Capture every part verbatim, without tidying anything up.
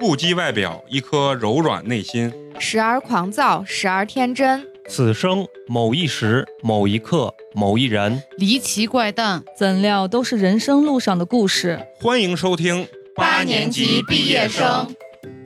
不羁外表，一颗柔软内心， 时而狂躁，时而天真。 此生某一时、某一刻、某一人， 离奇怪诞， 怎料都是人生路上的故事。 欢迎收听八年级毕业生。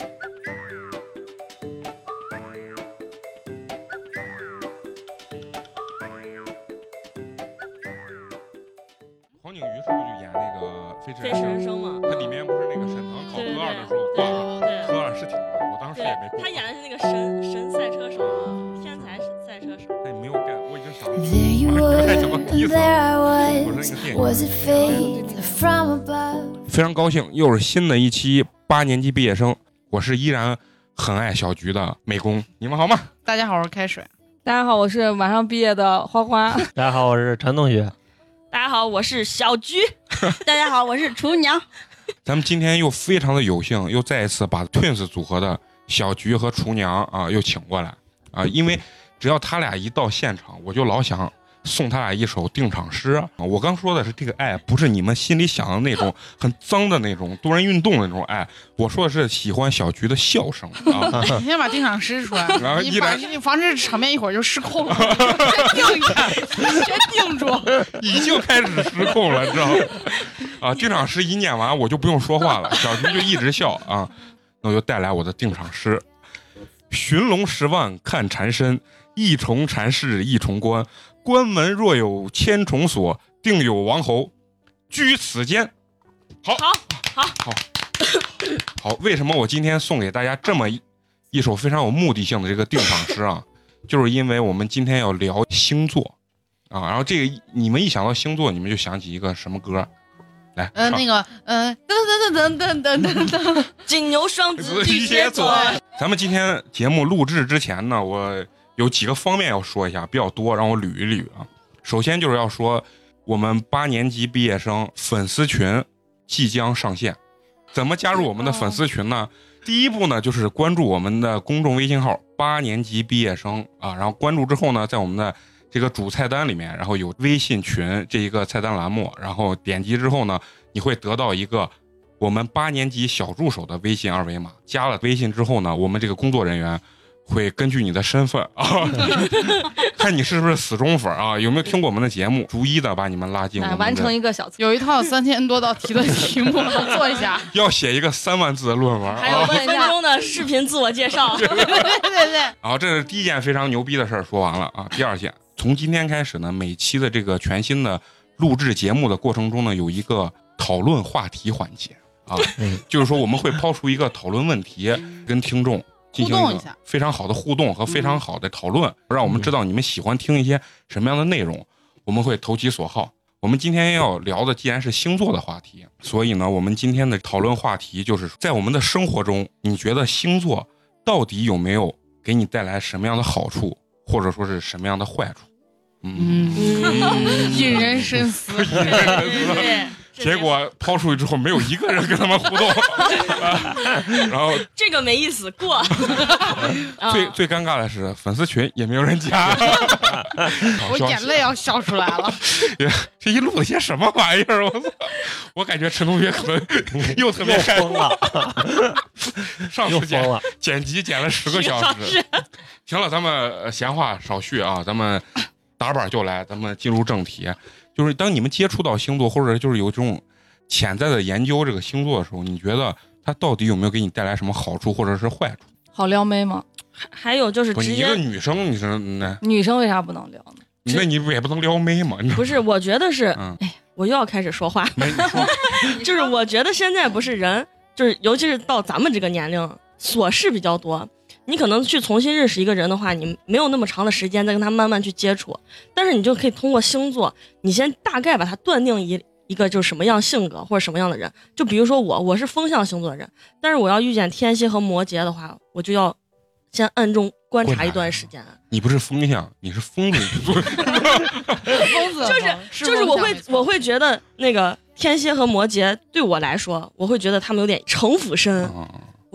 黄景瑜是不是就演那个《飞驰飞驰人生》嘛？ 他里面不是那个沈腾考科二的时候挂了，科二是挺难，我当时也没过。 他演的是那个神神赛车手嘛，天才赛车手。 那你没有干，我已经想了，我不太怎么意思了。我说那个电影。非常高兴，又是新的一期八年级毕业生，我是依然很爱小菊的美工，你们好吗？ 大家好，我是开水。 大家好，我是马上毕业的花花。 大家好，我是陈同学。 大家好，我是小菊。大家好，我是厨娘。 咱们今天又非常的有幸，又再一次把 Twins 组合的小菊和厨娘啊又请过来啊，因为只要他俩一到现场，我就老想送他俩一首定场诗啊。我刚说的是这个爱，不是你们心里想的那种很脏的那种多人运动的那种爱，我说的是喜欢小菊的笑声啊。 你先把定场诗出来， 然后你把你防止场面一会儿就失控了。先定一下，先定住。 已经开始失控了，知道吗？啊，定场诗一念完，我就不用说话了，小菊就一直笑啊。那我就带来我的定场诗：寻龙十万看缠身，一重缠是一重关。关门若有千重锁，定有王侯居此间。好， 好，好， 好，好。为什么我今天送给大家这么一一首非常有目的性的这个定场诗啊？就是因为我们今天要聊星座啊，然后这个你们一想到星座，你们就想起一个什么歌？来， 呃，那个，呃，噔噔噔噔噔噔噔噔， 金牛双子巨蟹座。 咱们今天节目录制之前呢，我有几个方面要说一下，比较多，让我捋一捋啊。首先就是要说，我们八年级毕业生粉丝群即将上线，怎么加入我们的粉丝群呢？第一步呢，就是关注我们的公众微信号“八年级毕业生”啊，然后关注之后呢，在我们的这个主菜单里面，然后有微信群这一个菜单栏目，然后点击之后呢，你会得到一个我们八年级小助手的微信二维码。加了微信之后呢，我们这个工作人员会根据你的身份啊，看你是不是死忠粉啊，有没有听过我们的节目，逐一的把你们拉进我们的。 完成一个小测， 有一套三千多道题的题目，做一下。 要写一个三万字的论文， 还有一分钟的视频自我介绍。 对对对对。 然后这是第一件非常牛逼的事儿，说完了啊。第二件，从今天开始呢，每期的这个全新的录制节目的过程中呢，有一个讨论话题环节啊，就是说我们会抛出一个讨论问题，跟听众进行一个非常好的互动和非常好的讨论，让我们知道你们喜欢听一些什么样的内容，我们会投其所好。我们今天要聊的既然是星座的话题，所以呢，我们今天的讨论话题就是在我们的生活中，你觉得星座到底有没有给你带来什么样的好处，或者说是什么样的坏处？ 嗯，嗯引人深思。 对。 结果抛出去之后，没有一个人跟他们互动，然后这个没意思过。 最最尴尬的是粉丝群也没有人加， 我眼泪要笑出来了。 这一录的些什么玩意儿？我操！我感觉陈同学可能又特别疯了， 上次剪剪辑剪了十个小时。行了，咱们闲话少叙啊，咱们打板就来，咱们进入正题。就是当你们接触到星座，或者就是有这种潜在的研究这个星座的时候，你觉得它到底有没有给你带来什么好处或者是坏处？ 好撩妹吗？ 还还有就是直接， 你一个女生，你是那女生为啥不能撩呢？ 那你不也不能撩妹吗？ 不是，我觉得是， 嗯、 哎，我又要开始说话。 没你说， 就是我觉得现在不是人，就是尤其是到咱们这个年龄，琐事比较多。你可能去重新认识一个人的话，你没有那么长的时间再跟他慢慢去接触，但是你就可以通过星座，你先大概把它断定一一个就是什么样性格或者什么样的人。就比如说我，我是风象星座的人，但是我要遇见天蝎和摩羯的话，我就要先暗中观察一段时间。 你不是风象，你是疯子。 疯子就是就是我会我会觉得那个天蝎和摩羯对我来说，我会觉得他们有点城府深。 嗯， 我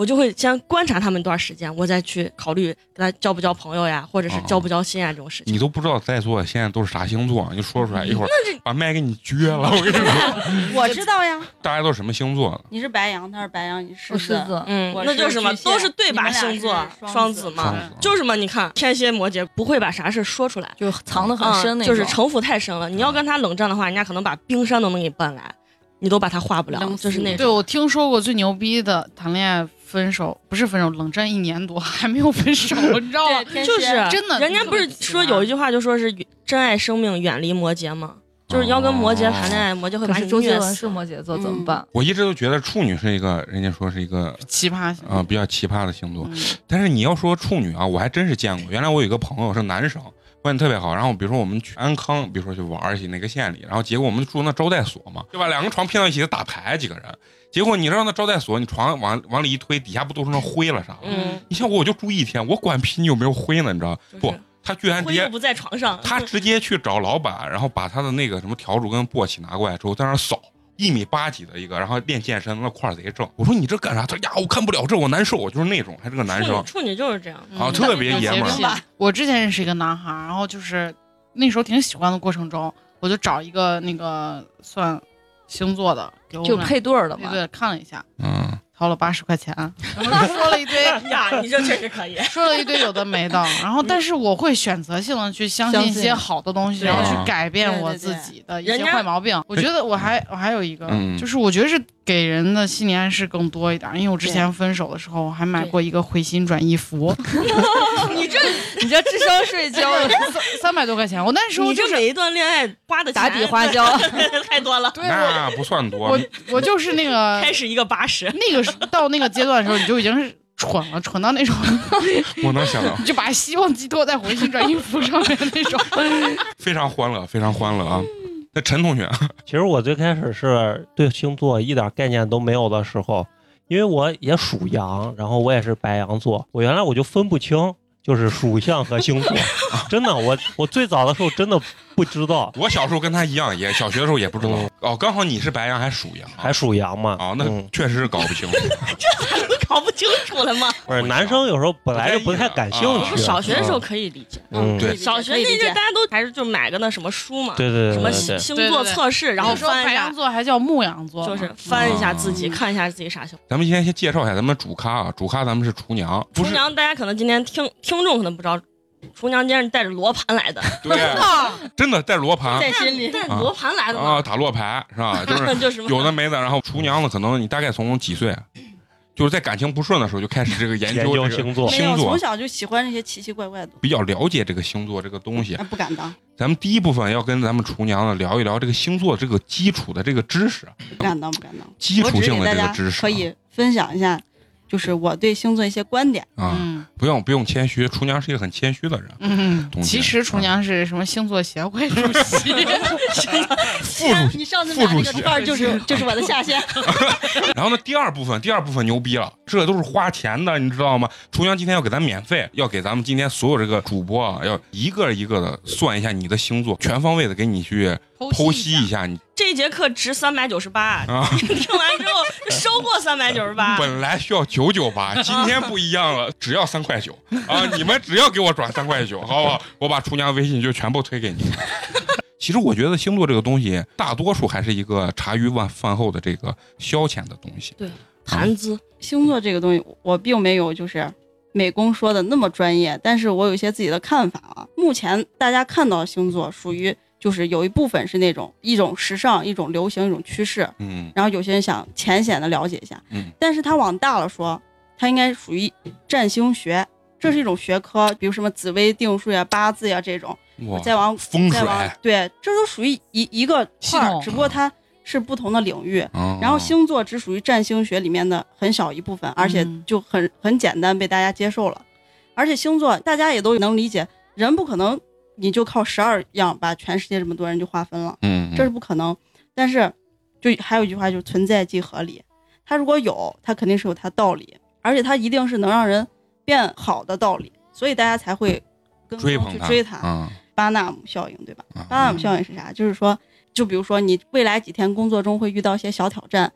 我就会先观察他们一段时间，我再去考虑跟他交不交朋友呀，或者是交不交心啊、哦、这种事情。 你都不知道在座现在都是啥星座，你说出来一会儿把麦给你撅了。我跟你说， 我知道呀。 大家都是什么星座的？ 你是白羊，他是白羊，你是狮子。 嗯，那就是嘛，都是对把星座，双子嘛，就是嘛。你看天蝎、摩羯不会把啥事说出来， 就藏得很深那种、 嗯，就是城府太深了。你要跟他冷战的话，人家可能把冰山都能给你搬来。你都把它化不了，就是那种。 对，我听说过最牛逼的谈恋爱分手，不是分手，冷战一年多还没有分手，你知道吗？ 就是真的， 人家不是说有一句话就说是真爱生命远离摩羯吗？就是要跟摩羯谈恋爱，摩羯会把你虐死。 是摩羯座怎么办？ 我一直都觉得处女是一个，人家说是一个奇葩啊、呃，比较奇葩的星座。但是你要说处女啊，我还真是见过。原来我有一个朋友是男生。关系特别好，然后比如说我们去安康，比如说去玩去哪个县里，然后结果我们住那招待所嘛，对吧？两个床拼到一起打牌，几个人，结果你让那招待所，你床往往里一推，底下不都是那灰了啥？嗯，你像我，我就住一天，我管屁你有没有灰呢？你知道、就是、不？他居然直接不在床上， 他直接去找老板，然后把他的那个什么笤帚跟簸箕拿过来之后，在那扫。一米八几的一个，然后练健身，那块儿贼正。我说你这干啥？他说呀，我看不了这，我难受。就是那种，还是个男生。 处女就是这样啊，嗯、特别爷们儿。 我之前认识一个男孩，然后就是那时候挺喜欢的过程中，我就找一个那个算星座的， 就配对儿的嘛。 对，看了一下， 嗯， 掏了八十块钱，然后就说了一堆呀，你这确实可以， 说了一堆有的没的。然后，但是我会选择性的去相信一些好的东西，然后去改变我自己的一些坏毛病。我觉得我还我还有一个，就是我觉得是给人的心理暗示更多一点，因为我之前分手的时候，我还买过一个回心转意符。 你这你这智商税交了三百多块钱，我那时候就是每一段恋爱花的打底花销太多了， 对， 那不算多。 我我就是那个开始一个八十， 那个到那个阶段的时候，你就已经是蠢了，蠢到那种， 我能想到， 你就把希望寄托在回心转意符上面那种， 非常欢乐，非常欢乐啊。那陈同学， 其实我最开始是对星座一点概念都没有的时候，因为我也属羊，然后我也是白羊座，我原来我就分不清就是属相和星座，真的，我我最早的时候真的不知道。 我小时候跟他一样，也小学的时候也不知道。嗯、哦，刚好你是白羊还属羊， 还属羊嘛？ 哦，那确实是搞不清楚。 这才能搞不清楚了吗？ 不是，男生有时候本来就不太感兴趣。 小学的时候可以理解， 嗯， 对， 小学那阵大家都还是就买个那什么书嘛， 对对对， 什么星座测试，然后翻一下。 白羊座还叫牧羊座， 就是翻一下自己，看一下自己啥星座。 咱们今天先介绍一下咱们主咖啊，主咖咱们是厨娘。 厨娘，大家可能今天听听众可能不知道。厨娘今天是带着罗盘来的， 对，真的带罗盘， 在心里带罗盘来的啊，打罗牌是吧？就是有的没的。然后厨娘呢，可能你大概从几岁，就是在感情不顺的时候就开始这个研究星座， 星座从小就喜欢这些奇奇怪怪的， 比较了解这个星座这个东西。 不敢当。 咱们第一部分要跟咱们厨娘呢聊一聊这个星座这个基础的这个知识， 不敢当，不敢当， 基础性的这个知识， 可以分享一下。就是我对星座一些观点啊，嗯、不用不用谦虚，厨娘是一个很谦虚的人。 嗯，其实厨娘是什么星座协会主席， 副主席， 你上次拿那个串就是就是我的下线。 然后呢，第二部分，第二部分牛逼了，这都是花钱的，你知道吗？厨娘今天要给咱免费，要给咱们今天所有这个主播啊，要一个一个的算一下你的星座，全方位的给你去剖析一下你。 这一节课值三百九十八，听完之后收过三百九十八。 本来需要九九八，今天不一样了，只要三块九啊！你们只要给我转三块九，好不好？我把厨娘微信就全部推给你。其实我觉得星座这个东西，大多数还是一个茶余饭饭后的这个消遣的东西。 对，谈资、 嗯、星座这个东西，我并没有就是美工说的那么专业，但是我有一些自己的看法啊。目前大家看到的星座属于。就是有一部分是那种一种时尚、一种流行、一种趋势， 嗯， 然后有些人想浅显的了解一下， 嗯， 但是他往大了说，它应该属于占星学，这是一种学科，比如什么紫微斗数呀、八字呀这种，再往风水， 对，这都属于一一个块儿，只不过它是不同的领域， 哦、 然后星座只属于占星学里面的很小一部分，而且就很很简单被大家接受了，而且星座大家也都能理解，人不可能。你就靠十二样把全世界这么多人就划分了， 嗯， 这是不可能。但是，就还有一句话，就是存在即合理。它如果有，它肯定是有它道理，而且它一定是能让人变好的道理，所以大家才会跟追捧去追它。 嗯、 巴纳姆效应，对吧？嗯、巴纳姆效应是啥？就是说，就比如说你未来几天工作中会遇到一些小挑战，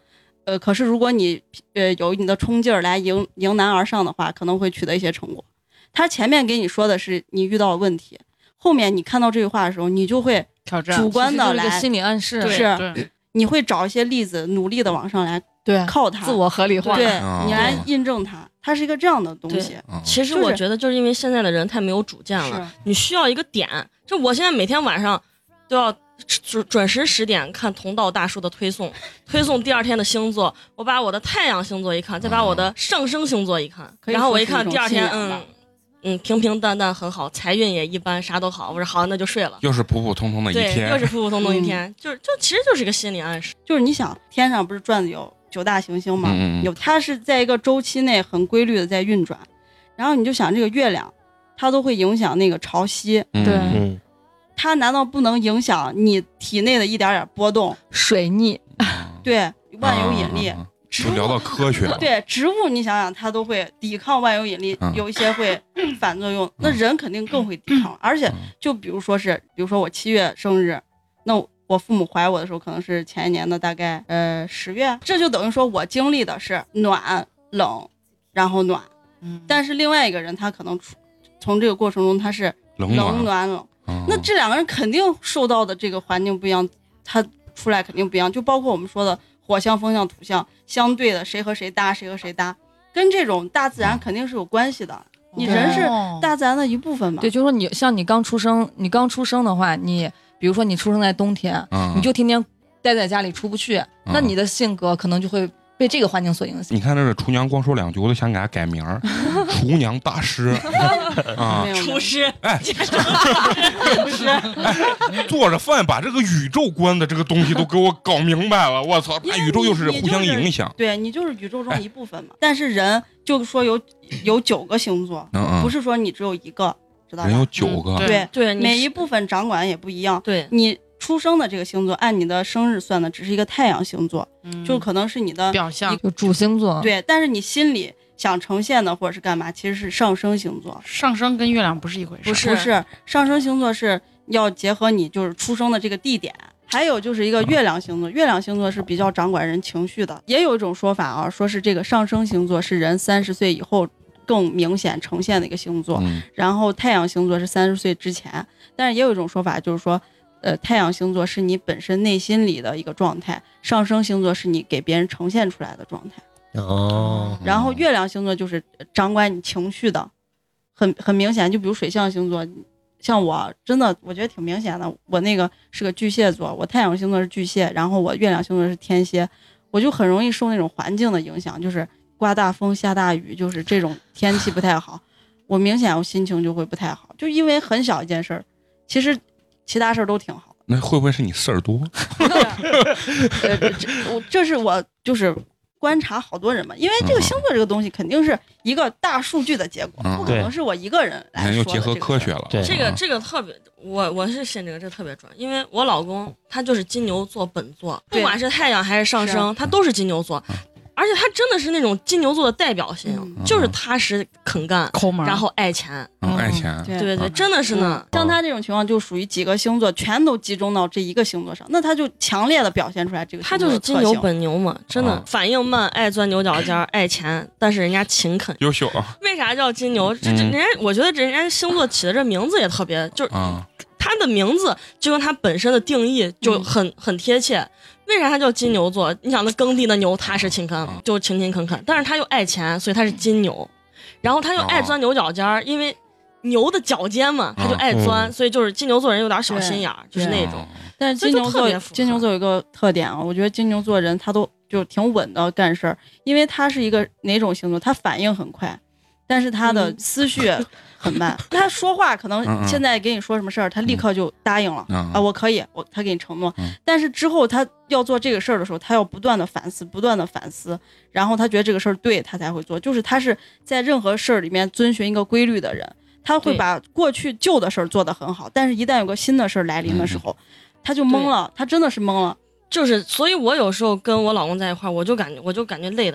呃，可是如果你呃有你的冲劲儿来迎迎难而上的话，可能会取得一些成果。他前面给你说的是你遇到的问题，后面你看到这句话的时候，你就会挑战主观的来心理暗示， 是你会找一些例子，努力的往上来对靠它， 自我合理化， 对、 哦、 你来印证它，它是一个这样的东西。 其实我觉得就是因为现在的人太没有主见了，你需要一个点。就我现在每天晚上都要准准时十点看同道大叔的推送，推送第二天的星座，我把我的太阳星座一看，再把我的上升星座一看，嗯、然后我一看第二天，嗯嗯，平平淡淡很好，财运也一般，啥都好。我说好，那就睡了。 又是普普通通的一天， 对，又是普普通通一天，嗯、就是就其实就是一个心理暗示。 就是你想，天上不是转的有九大行星吗？ 嗯、 有它是在一个周期内很规律的在运转，然后你就想这个月亮，它都会影响那个潮汐， 嗯、 对。 嗯它难道不能影响你体内的一点点波动？ 水逆， 对，万有引力。 啊啊都聊到科学了。 对，植物你想想，它都会抵抗万有引力， 嗯、 有一些会反作用。嗯、那人肯定更会抵抗，嗯、而且就比如说是，比如说我七月生日，那我父母怀我的时候可能是前一年的大概呃十月，这就等于说我经历的是暖冷，然后暖。嗯，但是另外一个人他可能从这个过程中他是冷暖冷。冷那这两个人肯定受到的这个环境不一样，他出来肯定不一样。就包括我们说的火象、风象、土象相对的，谁和谁搭，谁和谁搭，跟这种大自然肯定是有关系的。你人是大自然的一部分嘛。 对，就是说你像你刚出生，你刚出生的话，你比如说你出生在冬天， 嗯、 你就天天待在家里出不去，嗯、那你的性格可能就会被这个环境所影响。 你看这个厨娘光说两句，我都想给她改名儿，厨娘大师啊， 厨师， 哎，厨师，哎，做着饭把这个宇宙观的这个东西都给我搞明白了，我操，那宇宙又是互相影响， 就是、对你就是宇宙中一部分嘛。哎、但是人就说有有九个星座， 嗯嗯不是说你只有一个，知道吧？ 人有九个， 嗯、对对， 每一部分掌管也不一样， 对你。出生的这个星座按你的生日算的只是一个太阳星座，嗯、就可能是你的表象， 就主星座。 对，但是你心里想呈现的或者是干嘛，其实是上升星座。 上升跟月亮不是一回事， 不是，不是上升星座是要结合你就是出生的这个地点，还有就是一个月亮星座。月亮星座是比较掌管人情绪的，也有一种说法啊，说是这个上升星座是人三十岁以后更明显呈现的一个星座， 嗯、 然后太阳星座是三十岁之前。但是也有一种说法就是说。呃，太阳星座是你本身内心里的一个状态，上升星座是你给别人呈现出来的状态。 哦。 然后月亮星座就是掌管你情绪的，很很明显。就比如水象星座，像我真的我觉得挺明显的。我那个是个巨蟹座，我太阳星座是巨蟹，然后我月亮星座是天蝎，我就很容易受那种环境的影响，就是刮大风下大雨，就是这种天气不太好，我明显我心情就会不太好，就因为很小一件事儿，其实。其他事儿都挺好的， 那会不会是你事儿多？ 呃，这我这是我就是观察好多人嘛，因为这个星座这个东西肯定是一个大数据的结果， 嗯、 不可能是我一个人来说的。 又结合科学了， 对这个这个特别，我我是信这个，这特别准，因为我老公他就是金牛座本座，不管是太阳还是上升，他都是金牛座。而且他真的是那种金牛座的代表性，嗯、就是踏实肯干， 抠门， 然后爱钱， 嗯、爱钱， 对对对，真的是呢。 嗯、像他这种情况，就属于几个星座全都集中到这一个星座上，那他就强烈的表现出来这个星座的特性。 他就是金牛本牛嘛，真的、嗯、反应慢，爱钻牛角尖，爱钱，但是人家勤恳， 优秀啊。 为啥叫金牛？这这人家，我觉得人家星座起的这名字也特别，就是他的名字就跟他本身的定义就很、嗯、很贴切。为啥他叫金牛座？你想那耕地的牛踏实勤恳，就勤勤恳恳，但是他又爱钱，所以他是金牛。然后他又爱钻牛角尖儿，因为牛的脚尖嘛，他就爱钻，所以就是金牛座人有点小心眼儿，就是那种。 但是金牛座，金牛座有一个特点啊，我觉得金牛座人他都就挺稳的干事儿，因为他是一个哪种星座，他反应很快，但是他的思绪很慢。嗯、他说话可能现在给你说什么事儿，他立刻就答应了、嗯、啊，我可以，我他给你承诺。嗯、但是之后他要做这个事儿的时候，他要不断的反思，不断的反思，然后他觉得这个事儿对，他才会做。就是他是在任何事儿里面遵循一个规律的人，他会把过去旧的事儿做得很好，但是一旦有个新的事儿来临的时候，他就懵了，他真的是懵了。 就是，所以我有时候跟我老公在一块儿，我就感觉我就感觉累得很。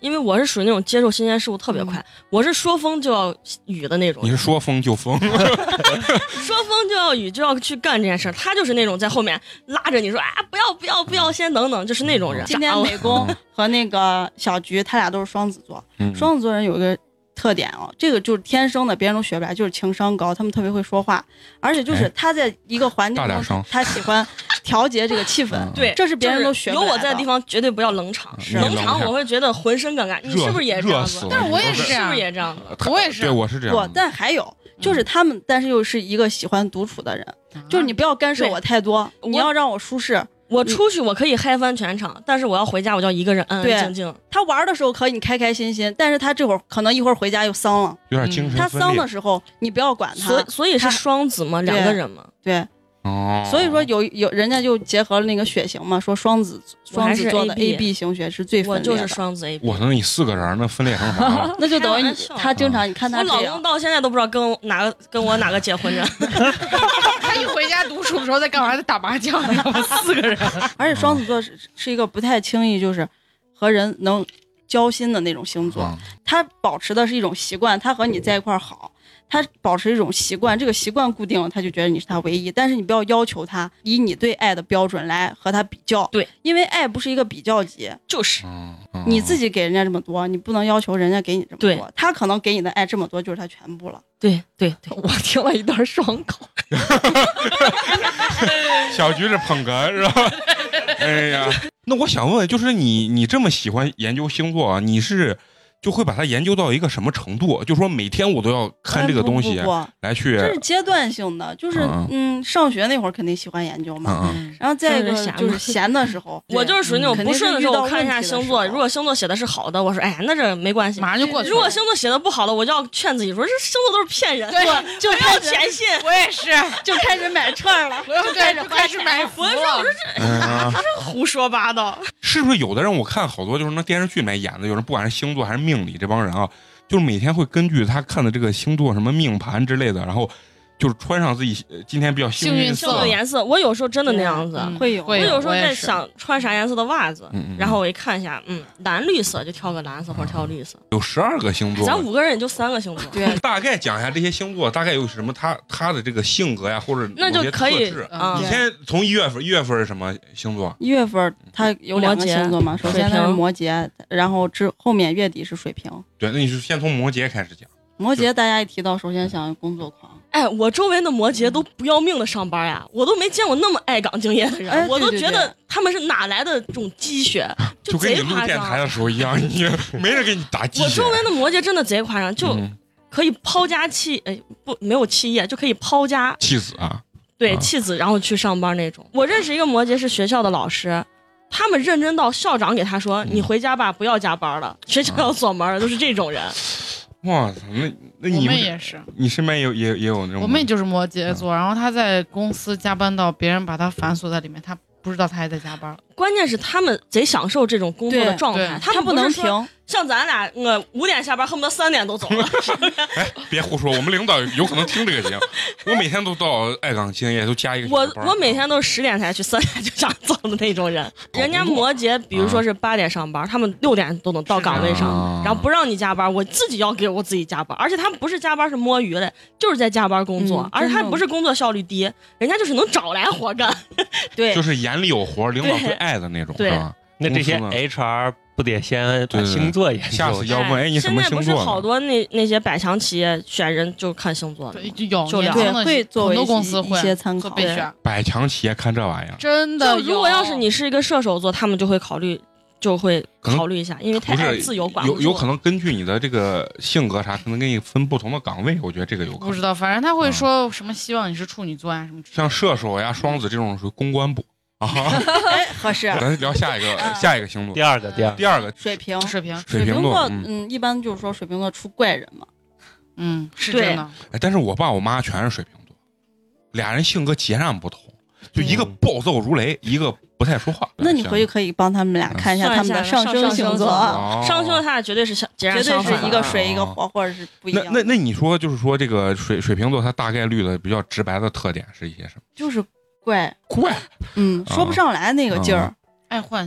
因为我是属于那种接受新鲜事物特别快，嗯、我是说风就要雨的那种。 你是说风就风，说风就要雨，就要去干这件事。他就是那种在后面拉着你说啊，不要不要不要，先等等，就是那种人。 今天美工和那个小菊，他俩都是双子座，嗯、双子座人有一个特点哦，这个就是天生的，别人都学不来，就是情商高，他们特别会说话，而且就是他在一个环境中，他喜欢调节这个气氛， 对， 这是别人都学不来的。 有我在的地方绝对不要冷场，冷场我会觉得浑身尴尬。你是不是也这样子？ 但是我也是这样， 是不是也这样子？ 我也是， 对，我是这样。 我但还有就是他们，但是又是一个喜欢独处的人，就是你不要干涉我太多，你要让我舒适。 我出去我可以嗨翻全场，但是我要回家我就要一个人安安静静。 他玩的时候可以你开开心心，但是他这会儿可能一会儿回家又丧了， 有点精神分裂。 他丧的时候你不要管他。 所以所以是双子嘛，两个人嘛。 对。哦。所以说有有人家就结合了那个血型嘛，说双子双子座的 A B 型血是最分裂的。 我就是双子 A B。 我说你四个人那分裂成啥？ 那就等于你他经常你看他我老公到现在都不知道跟我哪个跟我哪个结婚着。 他一回家独处的时候在干嘛？在打麻将。四个人。 而且双子座是是一个不太轻易就是和人能交心的那种星座，嗯、他保持的是一种习惯，他和你在一块儿好。他保持一种习惯，这个习惯固定了，他就觉得你是他唯一。但是你不要要求他以你对爱的标准来和他比较， 对， 因为爱不是一个比较级， 就是、 嗯嗯、你自己给人家这么多，你不能要求人家给你这么多。他可能给你的爱这么多，就是他全部了。 对对对， 我听了一段双口。 小菊是捧哏是吧？哎呀，那我想问，就是你你这么喜欢研究星座啊，你是？就会把它研究到一个什么程度？就说每天我都要看这个东西来去， 这是阶段性的，就是嗯, 嗯，上学那会儿肯定喜欢研究嘛，嗯、然后再一个就是闲的时候， 我就是属于那种不顺的时候，我看一下星座，如果星座写的是好的，我说哎，那这没关系， 马上就过去了。 如果星座写的不好的，我就要劝自己说，这星座都是骗人， 对，就开始浅信。 我也是， 就开始买串了， 就开始开始买福了。 我说这这胡说八道， 是不是有的人我看好多就是那电视剧里面演的，有人不管是星座还是命理这帮人啊。就是每天会根据他看的这个星座什么命盘之类的，然后就是穿上自己今天比较幸运色的颜色。我有时候真的那样子， 会有。 我有时候在想穿啥颜色的袜子，然后我一看一下，嗯，蓝绿色就挑个蓝色或者挑绿色。 有十二个星座， 咱五个人也就三个星座。 对， 大概讲一下这些星座大概有什么他他的这个性格呀，或者那就可以。 嗯、你先从一月份，一月份是什么星座？ 一月份它有两个星座嘛，首先它是摩羯，然后之后面月底是水瓶。 对，那你就先从摩羯开始讲。 摩羯大家一提到，首先想工作狂。 哎，我周围的摩羯都不要命的上班呀，我都没见过那么爱岗敬业的人， 哎、 我都觉得他们是哪来的这种积雪，就就跟你录电台的时候一样，你没人给你打鸡血。 我周围的摩羯真的贼夸张，就可以抛家弃，哎，不没有弃业就可以抛家弃子啊， 对， 啊、 弃子然后去上班那种。我认识一个摩羯是学校的老师。他们认真到校长给他说：“你回家吧，不要加班了，学校要锁门。”都是这种人。 哇塞，那那你我们也是， 你身边也也也有那种。 我们也就是摩羯座，然后他在公司加班到别人把他反锁在里面，他不知道他还在加班。 关键是他们贼享受这种工作的状态，他们不能停。 像咱俩，呃，五点下班，恨不得三点都走了。 哎，别胡说，我们领导有可能听这个节目。我每天都到爱岗敬业，都加一个小时班。 我我每天都是十点才去，三点就想走的那种人。人家摩羯，比如说是八点上班，啊、他们六点都能到岗位上，啊、然后不让你加班，我自己要给我自己加班。而且他们不是加班是摸鱼的，就是在加班工作，嗯、而且他不是工作效率低，人家就是能找来活干。 对， 就是眼里有活，领导最爱的那种， 对是吧？ 那这些 H R 不得先把星座研究？ 下次要问，哎，你什么星座？ 现在不是好多那那些百强企业选人就看星座的， 对，有就对会作为很多公司会一些参考备选。 百强企业看这玩意儿， 真的。 如果要是你是一个射手座，他们就会考虑，就会考虑一下，因为太爱自由管不有有可能根据你的这个性格啥，可能给你分不同的岗位。我觉得这个有可能。 不知道，反正他会说什么希望你是处女座啊什么。 像射手呀、双子这种属于公关部。啊， 哎，合适。 咱聊下一个，下一个星座。 第二个，第二， 第二个， 水瓶， 水瓶， 水瓶座，嗯，一般就是说水瓶座出怪人嘛。 嗯，是真的。 哎，但是我爸我妈全是水瓶座，俩人性格截然不同，就一个暴躁如雷，一个不太说话。 那你回去可以帮他们俩看一下他们的上升星座， 上升他俩绝对是截然相反，绝对是一个水一个火，或者是不一样。 那那那你说，就是说这个水水瓶座，它大概率的比较直白的特点是一些什么？ 就是。怪怪， 嗯，说不上来那个劲儿， 爱幻想，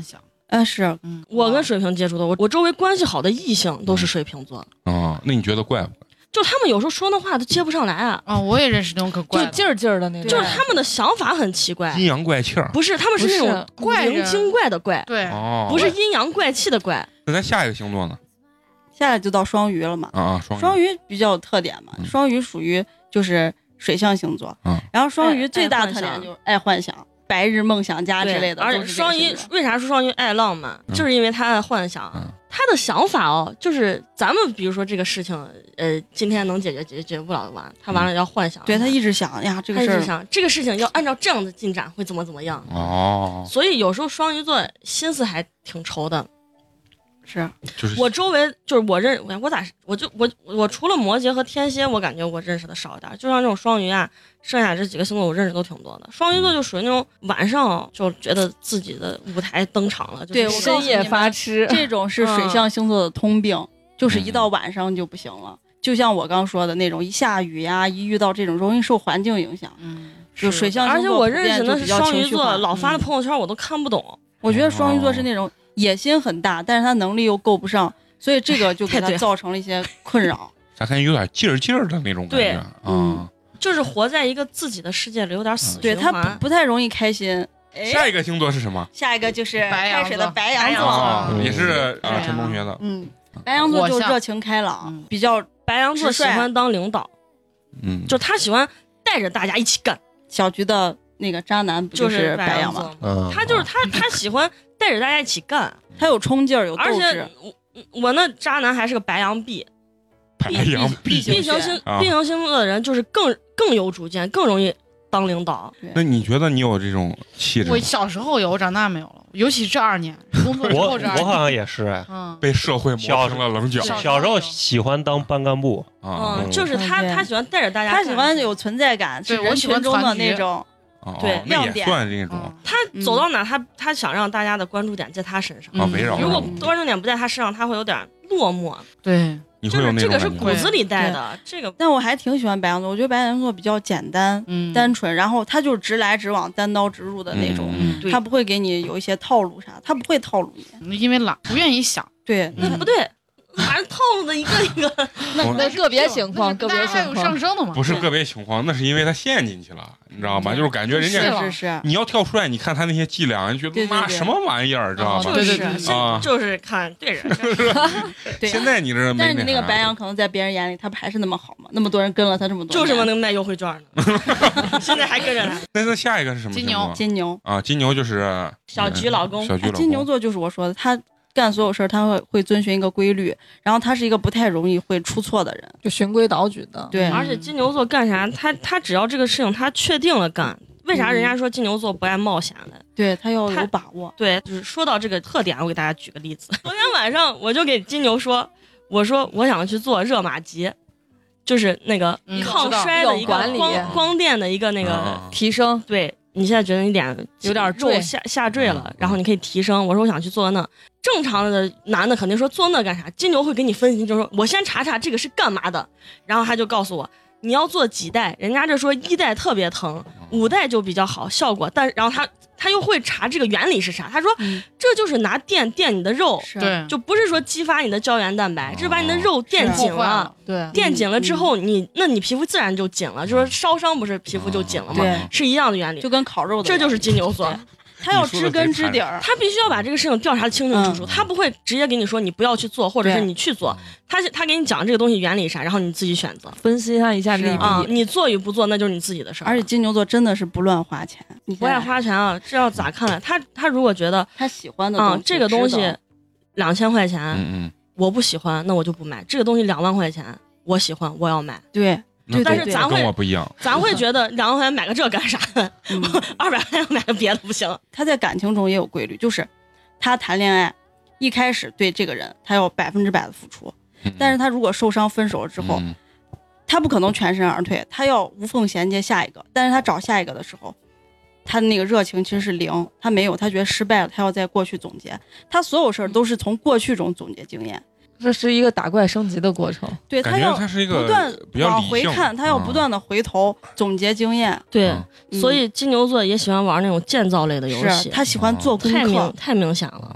嗯、呃，是， 嗯，我跟水瓶接触的，我我周围关系好的异性都是水瓶座。 哦，那你觉得怪不怪？ 就他们有时候说那话都接不上来啊！ 啊、哦，我也认识那种可怪， 就劲儿劲儿的那种， 就是他们的想法很奇怪， 阴阳怪气儿。 不是，他们是那种怪灵精怪的怪， 对， 哦， 不是阴阳怪气的怪。 那咱下一个星座呢？ 下来就到双鱼了嘛。 啊啊，双鱼。 双鱼比较有特点嘛， 嗯、 双鱼属于就是水象星座， 嗯， 然后双鱼最大特点就是爱幻想。白日梦想家之类的， 而且双鱼为啥说双鱼爱浪漫， 嗯、 就是因为他爱幻想。嗯、他的想法哦，就是咱们比如说这个事情，呃，今天能解决，解决解决不了的完，他完了要幻想。 嗯、对他一直想呀，这个事儿， 他一直想这个事情要按照这样的进展会怎么怎么样。 哦， 所以有时候双鱼座心思还挺稠的。 是， 就是我周围就是我认我我咋我就我我除了摩羯和天蝎，我感觉我认识的少一点。就像这种双鱼啊，剩下这几个星座我认识都挺多的。双鱼座就属于那种晚上就觉得自己的舞台登场了， 对， 就是深夜发痴， 这种是水象星座的通病，嗯、就是一到晚上就不行了。就像我刚说的那种，一下雨呀，一遇到这种容易受环境影响。 嗯， 就水象星座， 而且我认识的是双鱼座，老发的朋友圈我都看不懂。 嗯、我觉得双鱼座是那种。野心很大，但是他能力又够不上，所以这个就给他造成了一些困扰。 咋看有点劲儿劲儿的那种感觉？ 嗯，就是活在一个自己的世界里，有点死对他不不太容易开心。 下一个星座是什么？ 下一个就是开水的白羊座， 啊、也是啊，陈同学的。 嗯，白羊座就热情开朗，嗯、比较白羊座喜欢当领导， 嗯， 就他喜欢带着大家一起干。 小菊的那个渣男不就是白羊吗？ 嗯， 他就是他，他喜欢带着大家一起干， 他有冲劲儿，有斗志。 而且我我那渣男还是个白羊 B， 白羊 B B 型星 B 型星座的人就是更更有主见，更容易当领导。 那你觉得你有这种气质？ 我小时候有，我长大没有了，尤其这二年工作之后这二年， 我我好像也是哎， 嗯， 被社会磨成了棱角。 小时候喜欢当班干部啊，嗯，就是他他喜欢带着大家， 他喜欢有存在感， 对我喜欢中的那种。 对， 亮点算这种。 他走到哪，他他想让大家的关注点在他身上啊，围绕。 如果关注点不在他身上，他会有点落寞。 对， 你会有那种这个是骨子里带的。这个， 但我还挺喜欢白羊座，我觉得白羊座比较简单、单纯，然后他就是直来直往、单刀直入的那种，他不会给你有一些套路啥，他不会套路你， 因为懒，不愿意想。 对， 那不对。反正套路的一个一个， 那那个别情况，个别情况上升的嘛， 不是个别情况，那是因为他陷进去了，你知道吗？就是感觉人家是是是， 你要跳出来，你看他那些伎俩，你觉得妈什么玩意儿，知道吧？ 对对对啊，就是看对人。 对， 现在你这， 但是你那个白羊可能在别人眼里，他不还是那么好吗？那么多人跟了他这么多， 就是嘛，那个卖优惠券呢，现在还跟着他。 那那下一个是什么？ 金牛， 金牛啊，金牛就是小菊老公， 小菊老公。 金牛座就是我说的，他。干所有事儿他会会遵循一个规律，然后他是一个不太容易会出错的人， 就循规蹈矩的。 对， 而且金牛座干啥，他他只要这个事情他确定了干，为啥人家说金牛座不爱冒险呢？ 对他要有把握。 对，就是说到这个特点，我给大家举个例子。昨天晚上我就给金牛说，我说我想去做热玛吉，就是那个抗衰的一个光光电的一个那个提升。 对。你现在觉得你脸有点皱下下坠了，然后你可以提升。我说我想去做那，正常的男的肯定说做那干啥？金牛会给你分析，就是说我先查查这个是干嘛的，然后他就告诉我你要做几代，人家这说一代特别疼，五代就比较好效果，但然后他他又会查这个原理是啥？他说、嗯、这就是拿电电你的肉， 对， 就不是说激发你的胶原蛋白，这是把你的肉电紧了， 对， 电紧了之后你、嗯、那你皮肤自然就紧了，就是说烧伤不是皮肤就紧了吗？是一样的原理， 就跟烤肉的， 这就是金牛座。 他要知根知底儿， 他必须要把这个事情调查的清清楚楚、嗯，他不会直接给你说你不要去做，或者是你去做，他他给你讲这个东西原理啥，然后你自己选择， 分析他一下利弊、 啊，你做与不做那就是你自己的事儿。 而且金牛座真的是不乱花钱， 不爱花钱啊，这要咋看呢？他他如果觉得他喜欢的东西， 啊，这个东西两千块钱， 嗯嗯， 我不喜欢，那我就不买。这个东西两万块钱，我喜欢，我要买。 对。 对， 但是咱会跟我不一样， 咱会觉得两万块钱买个这干啥？二百块钱买个别的不行。 他在感情中也有规律，就是他谈恋爱一开始对这个人他要百分之百的付出、嗯，但是他如果受伤分手了之后、嗯，他不可能全身而退，他要无缝衔接下一个。但是他找下一个的时候，他的那个热情其实是零，他没有，他觉得失败了，他要在过去总结，他所有事儿都是从过去中总结经验。 这是一个打怪升级的过程， 对，他要不断往回看，他要不断的回头总结经验。 对、嗯，所以金牛座也喜欢玩那种建造类的游戏， 他喜欢做功课， 太明太明显了。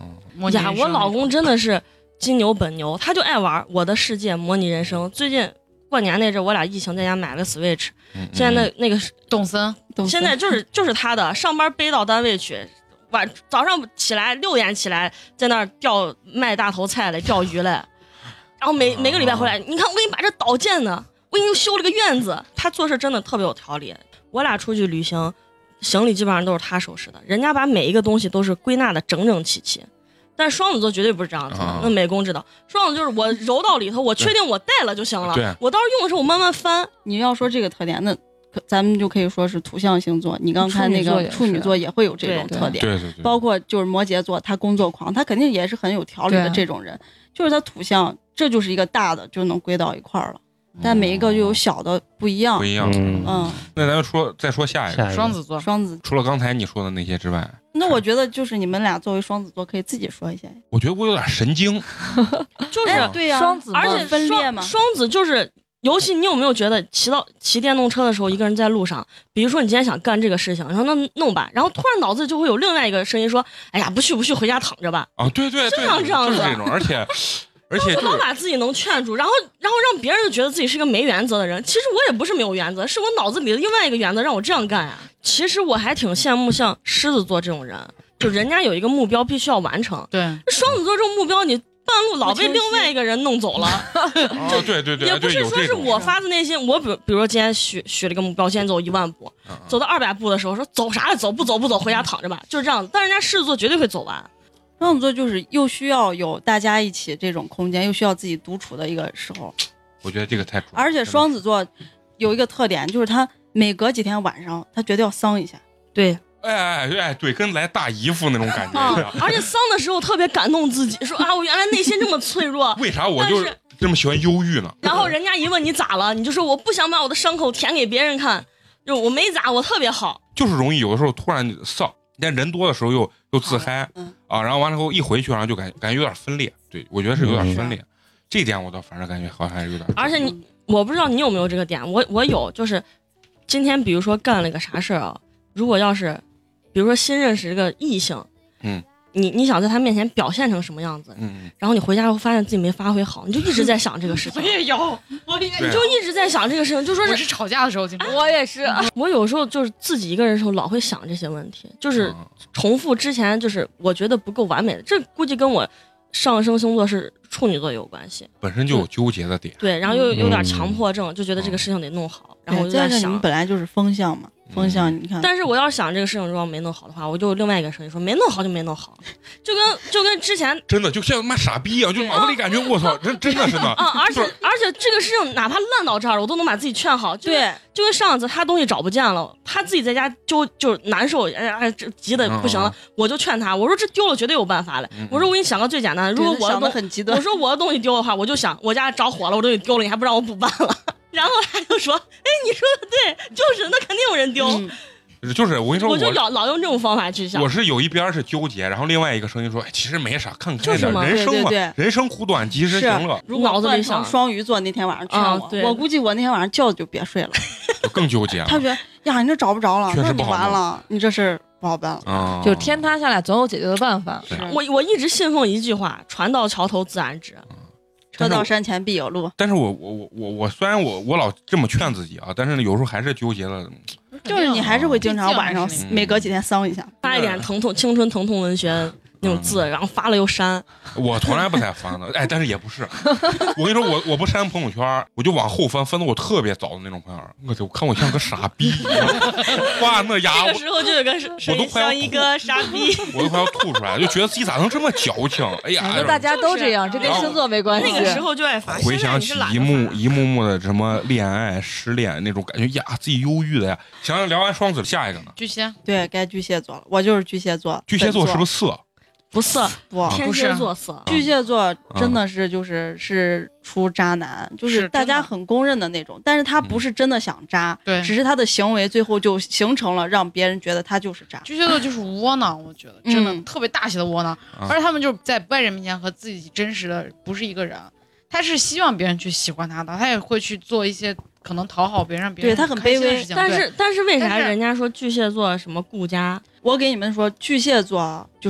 呀，我老公真的是金牛本牛，他就爱玩我的世界模拟人生。最近过年那阵，我俩疫情在家买了 Switch，、嗯、现在那那个动森， 现在就是就是他的，上班背到单位去，晚早上起来六点起来，在那儿钓卖大头菜来钓鱼来，然后每每个礼拜回来，你看我给你把这岛建呢，我给你修了个院子。他做事真的特别有条理。我俩出去旅行，行李基本上都是他收拾的，人家把每一个东西都是归纳的整整齐齐。但是双子座绝对不是这样子的，啊、那美工知道，双子就是我揉到里头，我确定我带了就行了。我到时候用的时候我慢慢翻。 你要说这个特点，那咱们就可以说是土象星座。你刚看那个处女座也会有这种特点， 对对对， 包括就是摩羯座，他工作狂，他肯定也是很有条理的这种人，就是他土象，这就是一个大的就能归到一块儿了。但每一个就有小的不一样， 不一样。 嗯，嗯那咱就说再说下一个双子座， 双子。 除了刚才你说的那些之外， 那我觉得就是你们俩作为双子座可以自己说一下。 我觉得我有点神经， 就是、 哎、对呀、啊， 双子而且分裂嘛。 双子就是，尤其你有没有觉得骑到骑电动车的时候，一个人在路上，比如说你今天想干这个事情，然后那弄吧，然后突然脑子就会有另外一个声音说：“哎呀，不去不去，回家躺着吧。” 啊，对对对， 这样这样子， 就是这种，而且。而且我老把自己能劝住，然后然后让别人就觉得自己是个没原则的人。其实我也不是没有原则，是我脑子里的另外一个原则让我这样干呀。其实我还挺羡慕像狮子座这种人，就人家有一个目标必须要完成。 对， 双子座这种目标，你半路老被另外一个人弄走了。 哦，对对对， 也不是说是我发自内心，我比比如说今天许许了一个目标，今天走一万步，嗯、走到二百步的时候说走啥了走不走不走回家躺着吧，就是这样子。但人家狮子座绝对会走完。 双子座就是又需要有大家一起这种空间，又需要自己独处的一个时候。 我觉得这个太。 而且双子座有一个特点，就是他每隔几天晚上，他绝对要丧一下。 对， 哎哎哎，对，跟来大姨夫那种感觉一样。 啊、而且丧的时候特别感动自己，说啊，我原来内心这么脆弱。 为啥我就这么喜欢忧郁呢？ 然后人家一问你咋了，你就说我不想把我的伤口舔给别人看，就我没咋，我特别好。 就是容易有的时候突然丧。但人多的时候又又自嗨、 嗯、 啊，然后完了后一回去，然后就感感觉有点分裂。对，我觉得是有点分裂，嗯、这一点我倒反正感觉好像还是有点。 而且你，我不知道你有没有这个点，我我有，就是今天比如说干了个啥事儿啊，如果要是比如说新认识一个异性， 嗯， 你你想在他面前表现成什么样子， 嗯， 然后你回家后发现自己没发挥好，你就一直在想这个事情。 我也有，我也你就一直在想这个事情，就说是我是吵架的时候经常， 我也是， 我有时候就是自己一个人的时候老会想这些问题，就是重复之前就是我觉得不够完美的，这估计跟我上升星座是处女座有关系， 本身就有纠结的点， 对，然后又有点强迫症，就觉得这个事情得弄好，然后我就在想， 你们本来就是风象嘛。风向你看， 但是我要想这个事情如果没弄好的话，我就另外一个声音说没弄好就没弄好，就跟就跟之前真的就像他妈傻逼一样，就脑子里感觉我操，真真的是的啊！而且而且这个事情哪怕烂到这儿了，我都能把自己劝好。 对， 就跟上次他东西找不见了，他自己在家就就难受，哎呀，这急的不行了，我就劝他，我说这丢了绝对有办法的，我说我给你想个最简单的，如果我的很极端， 我说我的东西丢的话，我就想我家着火了，我东西丢了，你还不让我补办了？然后他就说，哎，你说的对，就是那肯定有人丢。嗯就是我跟你说， 我就老老用这种方法去想。 我是有一边是纠结，然后另外一个声音说：“哎，其实没啥，看开点，人生嘛， 对对对人生苦短，及时行乐。” 如果换成双鱼座那天晚上劝我， 嗯、 我估计我那天晚上觉就别睡了， 就更纠结了。 他觉得呀，你这找不着了， 确实不好完了，你这事不好办了。 嗯、 就天塌下来总有解决的办法。 我我一直信奉一句话：船到桥头自然直。 嗯车到山前必有路。 但是我我我我我虽然我我老这么劝自己啊，但是有时候还是纠结了。 就是你还是会经常晚上每隔几天丧一下， 发一点疼痛青春疼痛文学那种字，然后发了又删。 我从来不太翻的，哎，但是也不是。我跟你说，我我不删朋友圈，我就往后翻，翻到我特别早的那种朋友圈。我就看我像个傻逼，哇，那牙， 这个时候就有个我都快像一个傻逼， 我都快要吐出来了，就觉得自己咋能这么矫情？哎呀， 大家都这样，这跟星座没关系。 那个时候就爱发， 回想起一幕一幕幕的什么恋爱、失恋那种感觉呀，自己忧郁的呀。想想聊完双子，下一个呢？ 巨蟹， 对该巨蟹座了，我就是巨蟹座。 巨蟹座是不是色？ 不色， 不， 天蝎座色。 巨蟹座真的是就是是出渣男，就是大家很公认的那种，但是他不是真的想渣， 对， 只是他的行为最后就形成了让别人觉得他就是渣。 巨蟹座就是窝囊，我觉得真的特别大写的窝囊，而且他们就是在外人面前和自己真实的不是一个人，他是希望别人去喜欢他的，他也会去做一些可能讨好别人，别人对他很卑微。 但是但是为啥人家说巨蟹座什么顾家？ 我给你们说，巨蟹座就是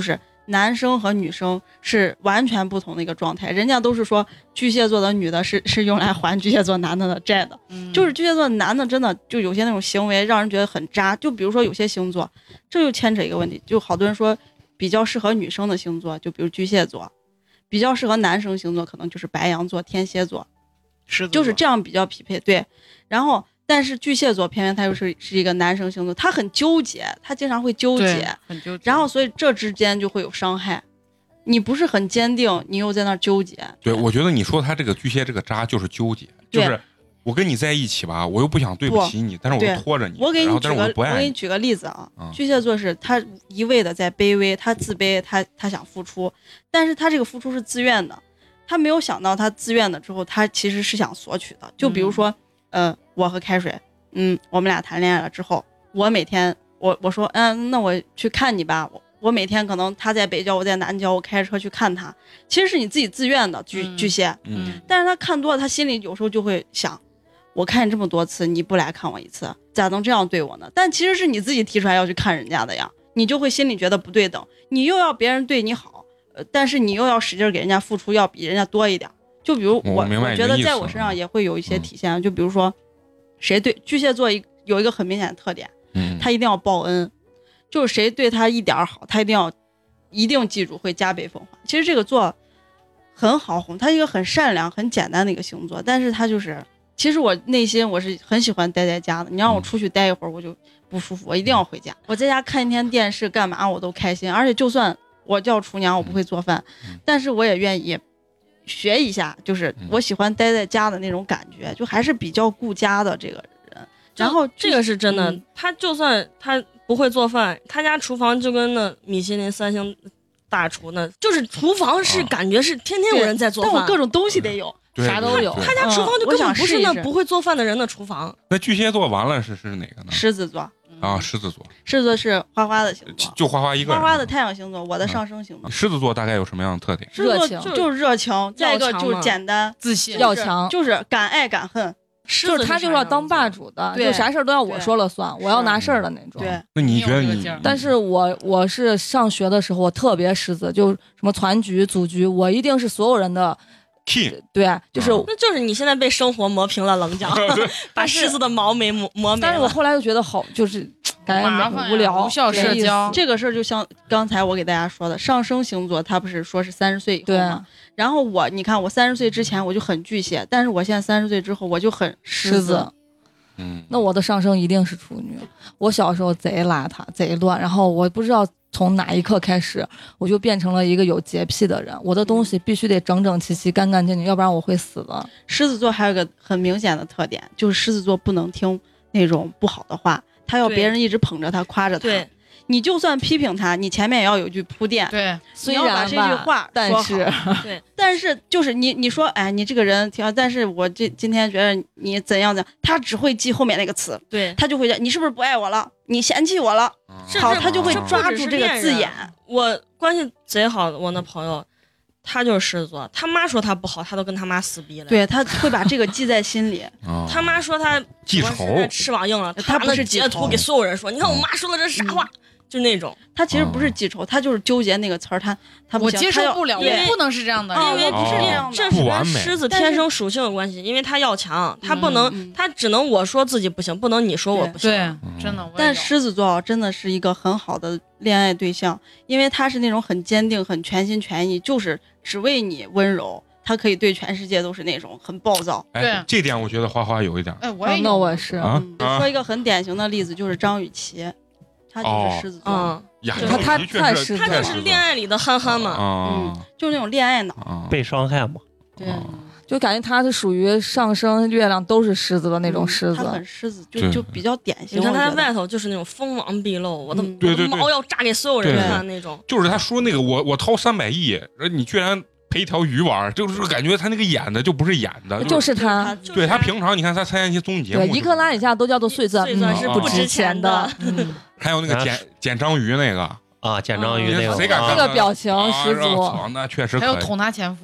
男生和女生是完全不同的一个状态。人家都是说巨蟹座的女的是是用来还巨蟹座男的的债的，嗯、就是巨蟹座的男的真的就有些那种行为让人觉得很渣。就比如说有些星座，这就牵扯一个问题，就好多人说比较适合女生的星座，就比如巨蟹座；比较适合男生星座可能就是白羊座、天蝎座， 是就是这样比较匹配。对，然后。但是巨蟹座偏偏他又是是一个男生星座，他很纠结，他经常会纠结， 很纠结， 然后所以这之间就会有伤害。你不是很坚定，你又在那纠结。 对，我觉得你说他这个巨蟹这个渣就是纠结，就是我跟你在一起吧，我又不想对不起你，但是我又拖着你。 我给你举个， 我, 我给你举个例子啊，嗯、巨蟹座是他一味的在卑微，他自卑，他他想付出，但是他这个付出是自愿的，他没有想到他自愿的之后，他其实是想索取的。就比如说。嗯呃，我和开水，嗯，我们俩谈恋爱了之后，我每天，我我说，嗯，那我去看你吧。我我每天可能他在北郊，我在南郊，我开着车去看他。其实是你自己自愿的，巨巨蟹，嗯，但是他看多了，他心里有时候就会想，我看你这么多次，你不来看我一次，咋能这样对我呢？但其实是你自己提出来要去看人家的呀，你就会心里觉得不对等，你又要别人对你好，呃，但是你又要使劲给人家付出，要比人家多一点。就比如我，我, 我觉得在我身上也会有一些体现。嗯、就比如说，谁对巨蟹座一有一个很明显的特点，嗯，他一定要报恩，就是谁对他一点好，他一定要一定记住会加倍奉还。其实这个座很好哄，他一个很善良、很简单的一个星座，但是他就是，其实我内心我是很喜欢待在家的。你让我出去待一会儿，我就不舒服，我一定要回家。我在家看一天电视干嘛我都开心，而且就算我叫厨娘，我不会做饭，但是我也愿意。学一下，就是我喜欢待在家的那种感觉，就还是比较顾家的这个人。然后这个是真的，嗯、他就算他不会做饭，他家厨房就跟那米其林三星大厨那，就是厨房是感觉是天天有人在做饭， 但我各种东西得有， 对啥都有。 他家厨房就根本不是那不会做饭的人的厨房。 嗯、那巨蟹座完了是是哪个呢？ 狮子座。 啊，狮子座， 狮子座是花花的星座， 就花花一个人。 花花的太阳星座，我的上升星座。 嗯、狮子座大概有什么样的特点？ 狮子座就是热情，再一个就是简单自信， 要强， 就是敢爱敢恨。 就是他就是要当霸主的，就啥事儿都要我说了算，我要拿事儿的那种。 对， 那你觉得你？ 但是我我是上学的时候，我特别狮子，就什么团局、组局，我一定是所有人的。 Key 对，就是、 嗯、那就是你现在被生活磨平了棱角，把狮子的毛没磨磨没了。 但是我后来就觉得好，就是感觉无聊， 无效社交。 这个事儿就像刚才我给大家说的，上升星座它不是说是三十岁以后吗？然后我你看我三十岁之前我就很巨蟹，但是我现在三十岁之后我就很狮子。 嗯， 那我的上升一定是处女。我小时候贼邋遢，贼乱，然后我不知道。从哪一刻开始，我就变成了一个有洁癖的人。我的东西必须得整整齐齐、干干净净，要不然我会死的。 狮子座还有个很明显的特点，就是狮子座不能听那种不好的话，他要别人一直捧着他、夸着他。 对， 你就算批评他，你前面也要有句铺垫。 对， 虽然把这句话说好， 但是对，但是就是你你说，哎，你这个人挺好，但是我这今天觉得你怎样怎样，他只会记后面那个词， 对， 他就会讲你是不是不爱我了，你嫌弃我了。好，他就会抓住这个字眼。 我关系贼好的我那朋友，他就是狮子座，他妈说他不好，他都跟他妈撕逼了。 对，他会把这个记在心里。 他妈说他记仇， 翅膀硬了， 他不是截图给所有人说，你看我妈说了这啥话。就那种， 他其实不是记仇，他就是纠结那个词儿，他他我接受不了，我不能是这样的， 因为不是这样的， 这是跟狮子天生属性有关系，因为他要强，他不能，他只能我说自己不行，不能你说我不行， 对，真的。 但狮子座真的是一个很好的恋爱对象，因为他是那种很坚定、很全心全意，就是只为你温柔。他可以对全世界都是那种很暴躁。 对，这点我觉得花花有一点。 哎，我也那我是啊。 说一个很典型的例子，就是张雨绮。他就是狮子座， 哦嗯， 他他太狮子， 他就是恋爱里的憨憨嘛， 嗯，就是那种恋爱脑， 被伤害嘛， 对， 就感觉他是属于上升月亮都是狮子的那种狮子， 他很狮子，就就比较典型。 你看他在外头就是那种锋芒毕露，我的我的毛要炸给所有人看那种。 就是他说那个我我掏三百亿，你居然陪一条鱼玩，就是感觉他那个演的就不是演的， 就是他。 对他平常你看他参加一些综艺节目， 对，一克拉以下都叫做碎钻， 碎钻是不值钱的。 还有那个捡捡章鱼那个啊，捡章鱼那个， 谁敢那个表情十足， 那确实。 还有捅他前夫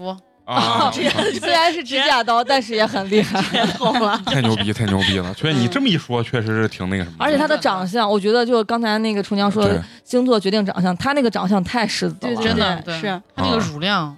啊， 虽然是指甲刀，但是也很厉害， 太牛逼，太牛逼了！所以你这么一说，确实是挺那个什么。 而且他的长相，我觉得就刚才那个厨娘说的星座决定长相，他那个长相太狮子了， 真的是他那个乳量。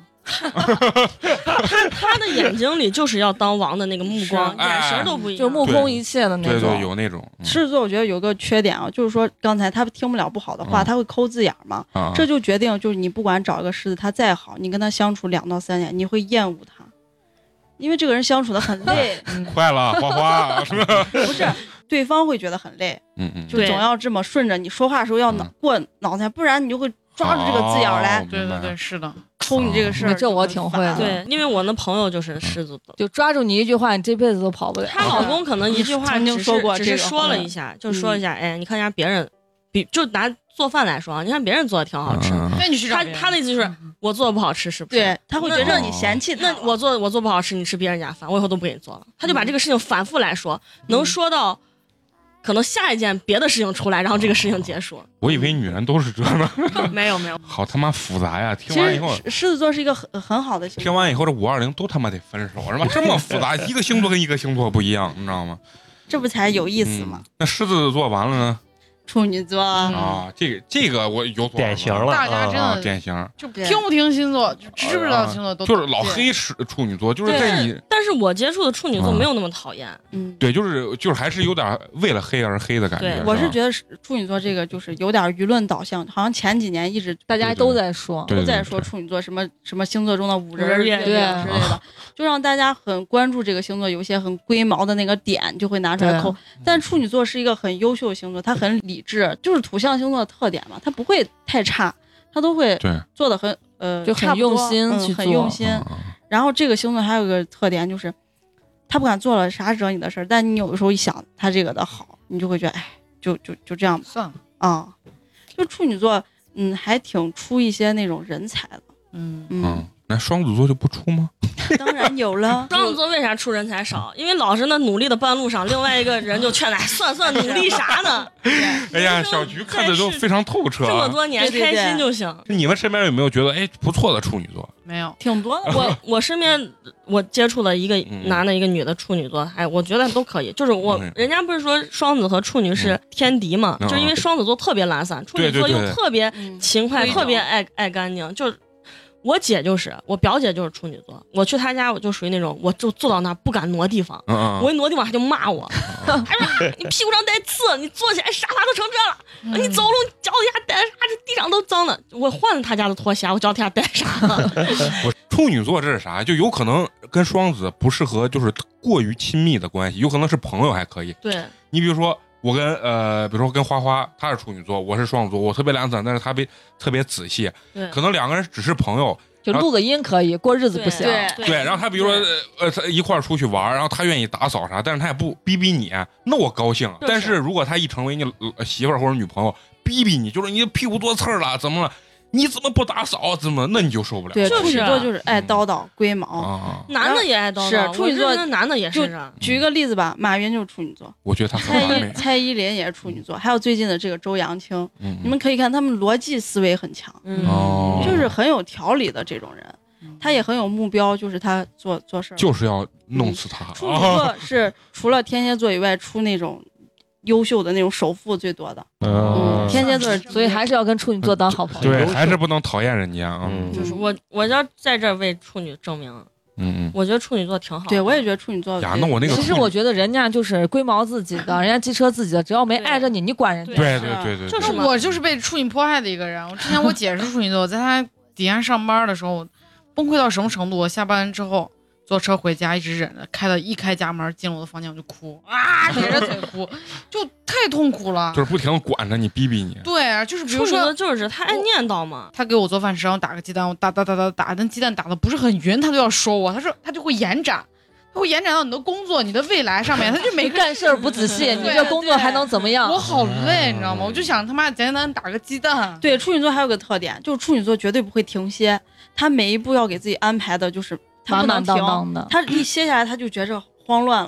他的眼睛里就是要当王的那个目光，眼神都不一样， 就目空一切的那种。 对对，有那种。 狮子座我觉得有个缺点啊，就是说刚才他听不了不好的话，他会抠字眼嘛，这就决定就是你不管找一个狮子，他再好，你跟他相处两到三年，你会厌恶他，因为这个人相处的很累。 快了，花花是吧？ 不是。对方会觉得很累，嗯嗯，就总要这么顺着你说话的时候要脑过脑袋，不然你就会抓住这个字眼来。 对对对，是的， 抠你这个事儿， 这我挺会的。 对，因为我那朋友就是狮子的， 就抓住你一句话，你这辈子都跑不了。 她老公可能一句话曾经说过， 只是说了一下，就说一下，哎，你看人家别人，比就拿做饭来说啊，你看别人做的挺好吃， 那你去他他的意思就是我做的不好吃，是不是？ 对，他会觉得你嫌弃他。 那我做我做不好吃，你吃别人家饭，我以后都不给你做了。他就把这个事情反复来说，能说到。可能下一件别的事情出来，然后这个事情结束。 我以为女人都是这呢。 没有没有， 好他妈复杂呀！听完以后， 狮子座是一个很很好的星座。 听完以后，这五二零都他妈得分手，是吧？这么复杂，一个星座跟一个星座不一样，你知道吗？ 这不才有意思吗？ 嗯、那狮子座完了呢？ 处女座啊，这个这个我有所典型了， 大家真的、 啊、典型， 就听不听星座，就知不知道星座都、 啊、就是老黑是处女座，就是在你。 但是我接触的处女座没有那么讨厌， 嗯， 对，就是就是还是有点为了黑而黑的感觉。 对，我是觉得处女座这个就是有点舆论导向，好像前几年一直大家都在说， 对对对都在说处女座什么什么星座中的五人月之类的，就让大家很关注这个星座，有些很龟毛的那个点就会拿出来抠。但处女座是一个很优秀的星座，它很理智，就是土象星座的特点嘛，它不会太差，它都会做的很呃就很用心去做， 嗯、很用心。 嗯、 然后这个星座还有个特点就是，他不管做了啥惹你的事儿，但你有的时候一想他这个的好，你就会觉得哎，就就就这样算了啊、嗯。就处女座，嗯，还挺出一些那种人才的， 嗯嗯。 嗯那双子座就不出吗？ 当然有了。 双子座为啥出人才少？因为老是那努力的半路上，另外一个人就劝他算算努力啥呢？ 哎呀，小菊看的都非常透彻、啊。 这么多年开心就行。 你们身边有没有觉得哎不错的处女座？ 没有， 挺多的。 我我身边我接触了一个男的，一个女的处女座，哎，我觉得都可以。就是我、嗯、人家不是说双子和处女是天敌嘛？嗯、就是因为双子座特别懒散，处女座又特别勤快， 嗯、 特别爱爱干净，就。我姐就是我表姐就是处女座，我去她家我就属于那种，我就坐到那儿不敢挪地方， 嗯、 我一挪地方她就骂我，她说你屁股上带刺，你坐起来沙发都成这了，嗯、你走路脚底下带啥？这地上都脏的。我换了她家的拖鞋，我脚底下带啥了？ 我处女座这是啥？就有可能跟双子不适合，就是过于亲密的关系，有可能是朋友还可以。 对， 你比如说。我跟呃，比如说跟花花，她是处女座，我是双子座，我特别懒散，但是她别特别仔细，可能两个人只是朋友， 就录个音可以，过日子不行。 对， 对对然后他比如说呃，他一块儿出去玩，然后他愿意打扫啥，但是他也不逼逼你，那我高兴。 就是、 但是如果他一成为你媳妇儿或者女朋友，逼逼你，就是你屁股多刺儿了，怎么了？你怎么不打扫？怎么？那你就受不了。 对， 处女座就是爱叨叨、龟毛， 啊、 男的也爱叨叨。 是处女座， 男的也是。 举一个例子吧，马云就是处女座， 我觉得他很完美。蔡依林也是处女座，还有最近的这个周扬青， 嗯、 你们可以看他们逻辑思维很强， 嗯， 就是很有条理的这种人。他也很有目标，就是他做做事就是要弄死他。 嗯、处女座是除了天蝎座以外出那种。优秀的那种首富最多的，嗯，天蝎座， 所以还是要跟处女座当好朋友， 对，还是不能讨厌人家啊。 嗯，就是我，我要在这为处女证明， 嗯嗯， 我觉得处女座挺好。 对，我也觉得处女座。 呀，那我那个， 其实我觉得人家就是龟毛自己的，人家机车自己的，只要没碍着你，你管人家。 对对对对， 就是我就是被处女迫害的一个人。我之前我姐是处女座，我在她底下上班的时候，崩溃到什么程度？我下班之后。坐车回家，一直忍着，开到一开家门进了我的房间，我就哭啊，咧着腿哭，就太痛苦了。 就是不停管着你，逼逼你。 对啊，就是比如说， 就是他爱念叨嘛。 他给我做饭时让我打个鸡蛋，我打打打打打，但鸡蛋打的不是很匀，他都要说我，他说他就会延展，他会延展到你的工作、你的未来上面，他就没干事儿不仔细，你这工作还能怎么样？ 我好累，你知道吗？我就想他妈简简单单打个鸡蛋。 对，处女座还有个特点，就是处女座绝对不会停歇，他每一步要给自己安排的就是。 满满当当的， 他一歇下来他就觉着慌乱了，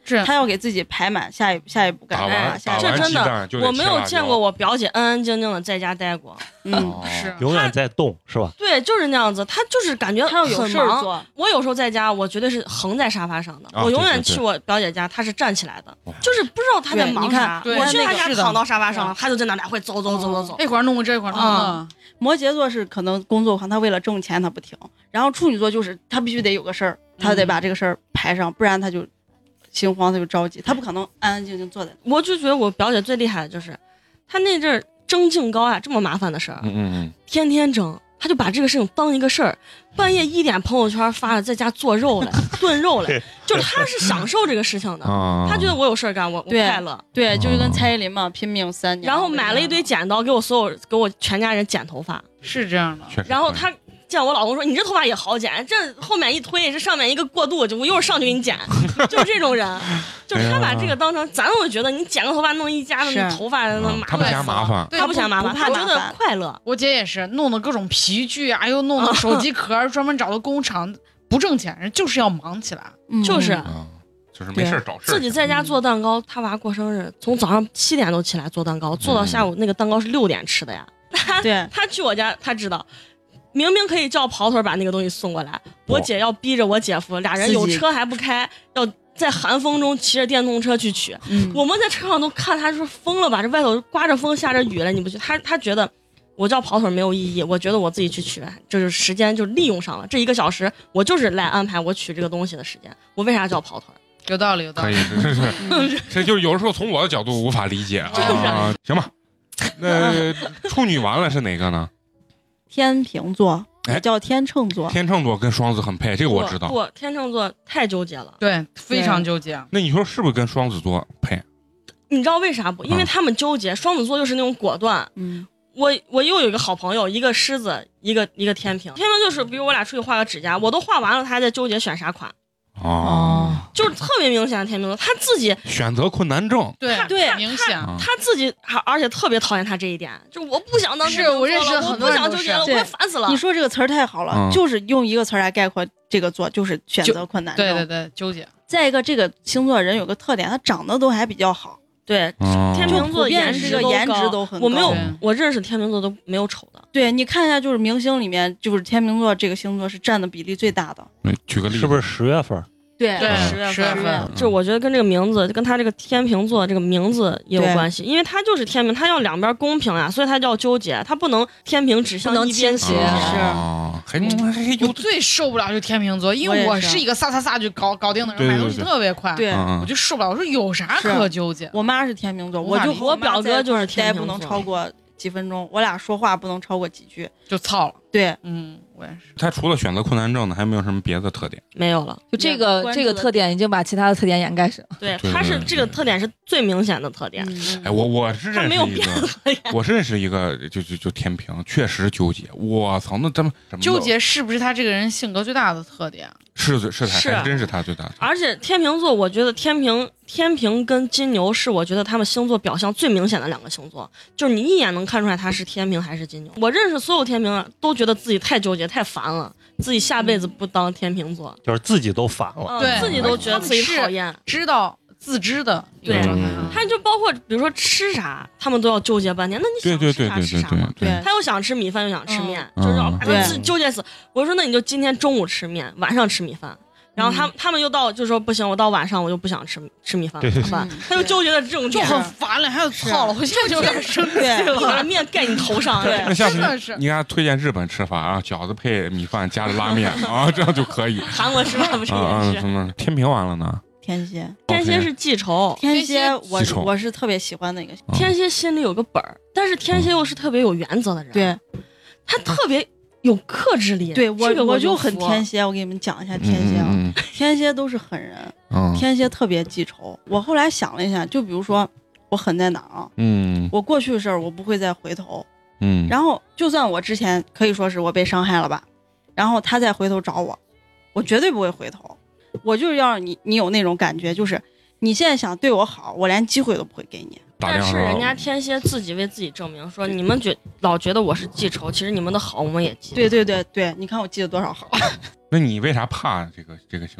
是他要给自己排满下一下一步干啥。 这真的，我没有见过我表姐安安静静的在家待过。 嗯， 是永远在动，是吧？ 对，就是那样子。他就是感觉他要有事儿做。 我有时候在家，我绝对是横在沙发上的。 啊、 我永远去我表姐家，她是站起来的，就是不知道她在忙啥。 我去她家躺到沙发上了，她就在那来回走走走走走， 那块弄这块弄那。 摩羯座是可能工作狂，他为了挣钱他不停。然后处女座就是他必须得有个事儿，他得把这个事儿排上，不然他就心慌，他就着急，他不可能安安静静坐在那。 我就觉得我表姐最厉害的就是，她那阵儿蒸净糕啊，这么麻烦的事儿， 嗯嗯， 天天蒸，她就把这个事情当一个事儿，半夜一点朋友圈发了，在家做肉来炖肉来，就是她是享受这个事情的，她觉得我有事儿干，我我快乐。 对，就是跟蔡依林嘛，拼命三年。 然后买了一堆剪刀，给我所有给我全家人剪头发， 是这样的。 然后她见我老公说：“你这头发也好剪，这后面一推，这上面一个过渡，就我一会儿上去给你剪。”就是这种人，就是他把这个当成，咱会觉得你剪个头发弄一家的头发那麻他不嫌麻烦， 他不嫌麻烦，他觉得快乐。 我姐也是弄的各种皮具啊，又弄的手机壳，专门找的工厂，不挣钱，人就是要忙起来， 就是。 就是没事找事， 自己在家做蛋糕，他娃过生日，从早上七点都起来做蛋糕，做到下午那个蛋糕是六点吃的呀。 对， 他去我家，他知道。明明可以叫跑腿把那个东西送过来，我姐要逼着我姐夫，俩人有车还不开，要在寒风中骑着电动车去取。嗯、我们在车上都看他说疯了吧，这外头刮着风下着雨了，你不去？他他觉得我叫跑腿没有意义，我觉得我自己去取，就是时间就利用上了。这一个小时我就是来安排我取这个东西的时间，我为啥叫跑腿？ 有道理，有道理。 可以，这是、嗯、这就是有的时候从我的角度无法理解啊。啊行吧，那处女完了是哪个呢？ 天秤座，也叫天秤座。 天秤座跟双子很配，这个我知道。 不，天秤座太纠结了， 对，非常纠结。 那你说是不是跟双子座配？ 你知道为啥不？因为他们纠结，双子座就是那种果断。嗯，我我又有一个好朋友，一个狮子，一个一个天平。天平就是，比如我俩出去画个指甲，我都画完了，他还在纠结选啥款。 哦， 就是特别明显的天秤座，他自己选择困难症， 对对， 明显， 他自己还而且特别讨厌他这一点，就我不想当是我认识很多人都是，我快烦死了。 你说这个词儿太好了，嗯、就是用一个词儿来概括这个座，就是选择困难症。 对对对，纠结。 再一个，这个星座人有个特点，他长得都还比较好。 对， 嗯、 天秤座颜值个颜值都很高。 我没有，我认识天秤座都没有丑的。 对，你看一下，就是明星里面，就是天秤座这个星座是占的比例最大的。 举个例子， 是不是十月份？ 对对， 十月份，就是我觉得跟这个名字，跟他这个天秤座这个名字也有关系，因为他就是天平，他要两边公平呀，所以他叫纠结，他不能天平指向一边斜。 是， 我最受不了就天秤座，因为我是一个撒撒撒就搞搞定的人，买东西特别快， 对， 我就受不了。我说有啥可纠结？ 我妈是天秤座，我就我表哥就是天秤座， 不能超过几分钟，我俩说话不能超过几句就操了。 对， 嗯，我也是。 他除了选择困难症呢，还有没有什么别的特点？ 没有了， 就这个这个特点已经把其他的特点掩盖上。 对，他是这个特点是最明显的特点。 哎，我我是认识一个，我是认识一个，就就就天平，确实纠结。我操，那怎么纠结是不是他这个人性格最大的特点？ 是是，他还真是他最大的。 而且天秤座，我觉得天平天平跟金牛是我觉得他们星座表象最明显的两个星座，就是你一眼能看出来他是天平还是金牛。我认识所有天平都觉得自己太纠结太烦了，自己下辈子不当天秤座， 就是自己都烦了， 嗯、对，自己都觉得自己讨厌， 知道自知的一个状态。 他就包括比如说吃啥，他们都要纠结半天。那你想吃啥吃啥嘛？ 对， 他又想吃米饭又想吃面，嗯、就是要把他自己纠结死。我说那你就今天中午吃面，晚上吃米饭。然后他们、嗯、他们又到就说不行，我到晚上我就不想吃吃米饭怎么办？他就纠结的这种就很烦了，还有操了，我现在就有点生气了， 一碗面盖你头上。对， 那下次你给他推荐日本吃法啊，饺子配米饭加了拉面啊，这样就可以。 韩国吃饭不是也是？ 什么天平完了呢？ 天蝎， 天蝎是记仇， 天蝎我我是特别喜欢的一个。 天蝎心里有个本儿，但是天蝎又是特别有原则的人。 对， 他特别。有克制力， 对我、 这个、 我就很天蝎，我给你们讲一下天蝎啊，嗯嗯、天蝎都是狠人，嗯、天蝎特别记仇。我后来想了一下，就比如说我狠在哪啊？嗯，我过去的事儿我不会再回头，嗯，然后就算我之前可以说是我被伤害了吧，然后他再回头找我，我绝对不会回头，我就是要让你你有那种感觉，就是你现在想对我好，我连机会都不会给你。 但是人家天蝎自己为自己证明说，你们觉老觉得我是记仇，其实你们的好我们也记。 对对对对，你看我记得多少好。 那你为啥怕这个这个星座？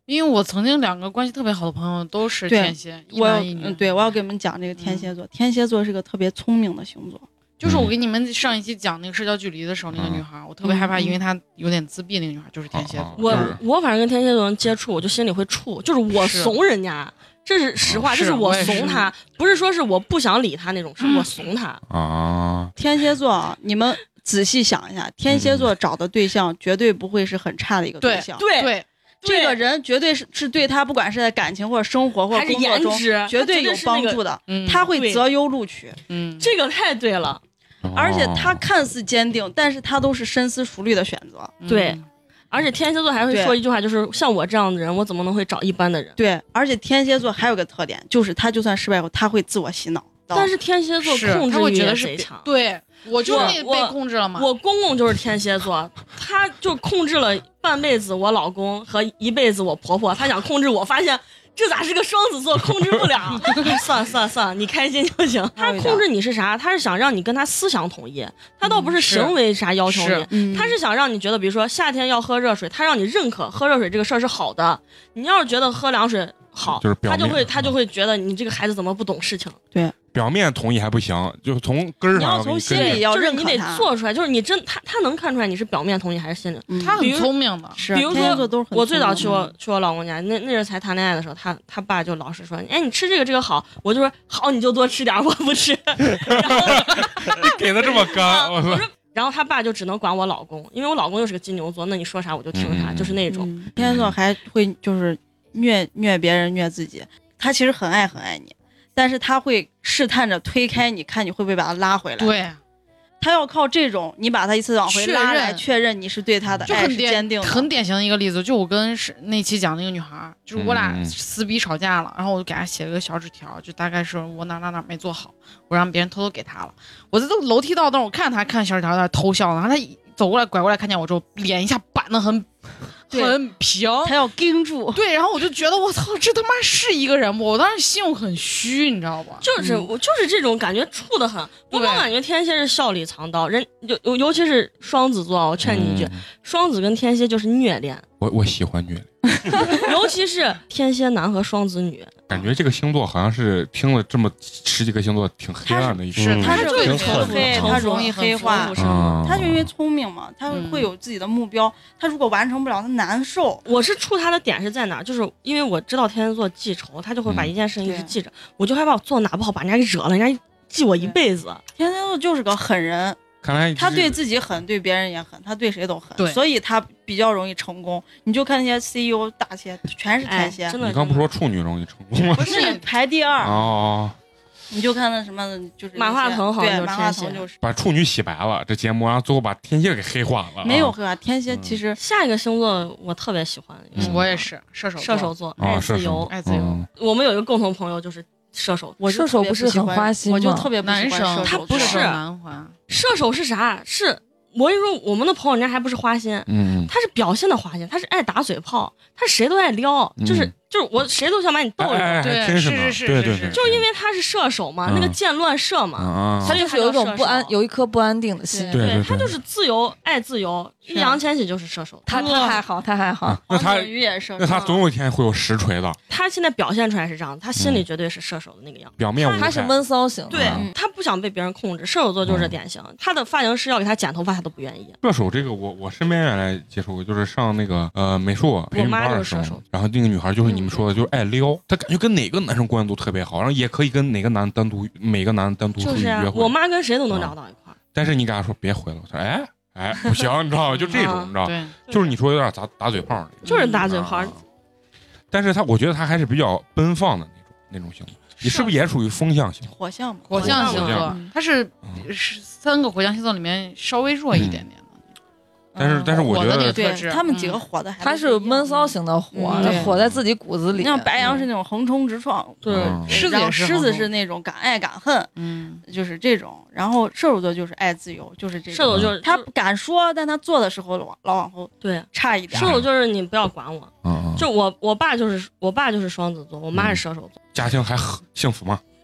因为我曾经两个关系特别好的朋友都是天蝎，一男一女。 嗯，对，我要给你们讲这个天蝎座。嗯、天蝎座是个特别聪明的星座。 就是我给你们上一期讲那个社交距离的时候，那个女孩，我特别害怕，因为她有点自闭。那个女孩就是天蝎座。 我我反正跟天蝎座人接触，我就心里会怵，就是我怂人家，这是实话，这是我怂他，不是说是我不想理他那种，是我怂他啊。 天蝎座啊，你们仔细想一下，天蝎座找的对象绝对不会是很差的一个对象。 对对。 这个人绝对是是对他，不管是在感情或者生活或者工作中，绝对有帮助的。 那个、 他会择优录取， 嗯， 这个太对了。 而且他看似坚定，但是他都是深思熟虑的选择。 对，嗯、而且天蝎座还会说一句话，就是像我这样的人，我怎么能会找一般的人？ 对，而且天蝎座还有个特点，就是他就算失败后，他会自我洗脑。 但是天蝎座控制欲也贼强。 对。我就被控制了嘛。 我公公就是天蝎座，他就控制了半辈子我老公和一辈子我婆婆，他想控制我，发现这咋是个双子座，控制不了。算了算了算了，你开心就行。他控制你是啥？他是想让你跟他思想统一，他倒不是行为啥要求你， 嗯、 他是想让你觉得，比如说夏天要喝热水，他让你认可喝热水这个事儿是好的。你要是觉得喝凉水好， 就是他就会他就会觉得你这个孩子怎么不懂事情。 对。 表面同意还不行，就是从根儿上。 你要从心里要认可他， 就是你得做出来，就是你真他他能看出来你是表面同意还是心里。 嗯、他很聪明的， 是。 比如说，我最早去我嗯、 去我老公家，那那阵才谈恋爱的时候，他他爸就老是说，哎，你吃这个这个好，我就说好，你就多吃点，我不吃。然后你给的这么干，我说。 然后他爸就只能管我老公，因为我老公又是个金牛座，那你说啥我就听啥， 嗯、 就是那种。 嗯、天蝎座还会就是虐虐别人虐自己，他其实很爱很爱你。但是他会试探着推开你，看你会不会把他拉回来。 对， 他要靠这种你把他一次往回拉来，确认你是对他的爱是坚定的。 很典型的一个例子，就我跟是那期讲那个女孩，就是我俩撕逼吵架了，嗯、然后我就给她写了个小纸条，就大概是我哪哪哪没做好，我让别人偷偷给她了。我在这楼梯道那，我看她看小纸条在那偷笑呢，然后她走过来拐过来看见我之后，脸一下板得很。很平， 他要盯住。 对，然后我就觉得我操，这他妈是一个人不？我当时心又很虚，你知道吧？ 就是、嗯、我就是这种感觉怵得很。我总感觉天蝎是笑里藏刀，人尤尤尤其是双子座，我劝你一句，嗯、双子跟天蝎就是虐恋。 我我喜欢虐恋， 尤其是天蝎男和双子女。 感觉这个星座好像是听了这么十几个星座挺黑暗的一是，他是挺很黑，他容易黑化， 嗯、 他就因为聪明嘛，他会有自己的目标，嗯、他如果完成不了，他难受。 我是怵他的点是在哪？就是因为我知道天蝎座记仇，他就会把一件事情一直记着，嗯、我就害怕我做哪不好把人家给惹了，人家记我一辈子。 天蝎座就是个狠人。 看来他对自己狠，对别人也狠，他对谁都狠， 对， 所以他比较容易成功。你就看那些 C E O 大企业全是天蝎， 哎、真的。 你刚不说处女容易成功吗？ 不是排第二哦。 你就看那什么，就是马化腾好像对，马化腾就是把处女洗白了，这节目，然后最后把天蝎给黑化了。 没有黑化，天蝎其实、 嗯、下一个星座我特别喜欢， 嗯、我也是射手， 射手座， 爱、 哦、自由， 爱自由、 嗯。 我们有一个共同朋友就是射手， 我射手不是很花心吗？ 我就特别不喜欢射手， 他不是男欢， 射手是啥？是。我跟你说，我们的朋友人家还不是花心， 嗯， 他是表现的花心，他是爱打嘴炮，他谁都爱撩，嗯、就是就是我谁都想把你逗一逗， 对，是是是， 对对对， 就因为他是射手嘛，嗯、那个箭乱射嘛， 嗯、 他就是有一种不安，有一颗不安定的心， 对对对， 他就是自由爱自由。易烊千玺就是射手， 他他还好，他还好， 啊、那他也是射手， 那他总有一天会有实锤的。 他现在表现出来是这样，他心里绝对是射手的那个样子， 表面他是闷骚型， 对、嗯、他不想被别人控制，射手座就是这典型，嗯、他的发型师要给他剪头发，他都不愿意。 射手这个我我身边原来接触过，就是上那个呃美术培训班的时候，然后那个女孩就是你们说的，就是爱撩，她感觉跟哪个男生关系都特别好，然后也可以跟哪个男单独每个男单独出去约会。 就是、啊、我妈跟谁都能聊到一块、 嗯，但是你跟她说别回了，她说哎哎不行，你知道吗？就这种，你知道， 对， 就是你说有点打打嘴炮， 就是打嘴炮。 嗯、但是他我觉得他还是比较奔放的那种那种型。你是不是也属于风象星？ 火象嘛， 火象星座，它是是三个火象星座里面稍微弱一点点的。 嗯、但是但是我觉得， 对他们几个火的还， 他是闷骚型的火，嗯、火在自己骨子里。 像白羊是那种横冲直撞， 对， 狮子狮子是那种敢爱敢恨， 嗯， 就是这种。然后射手座就是爱自由，就是这种。 射手就是他敢说，但他做的时候老老往后对差一点。 射手就是你不要管我， 嗯， 就我我爸就是我爸就是双子座，我妈是射手座， 家庭还幸福吗？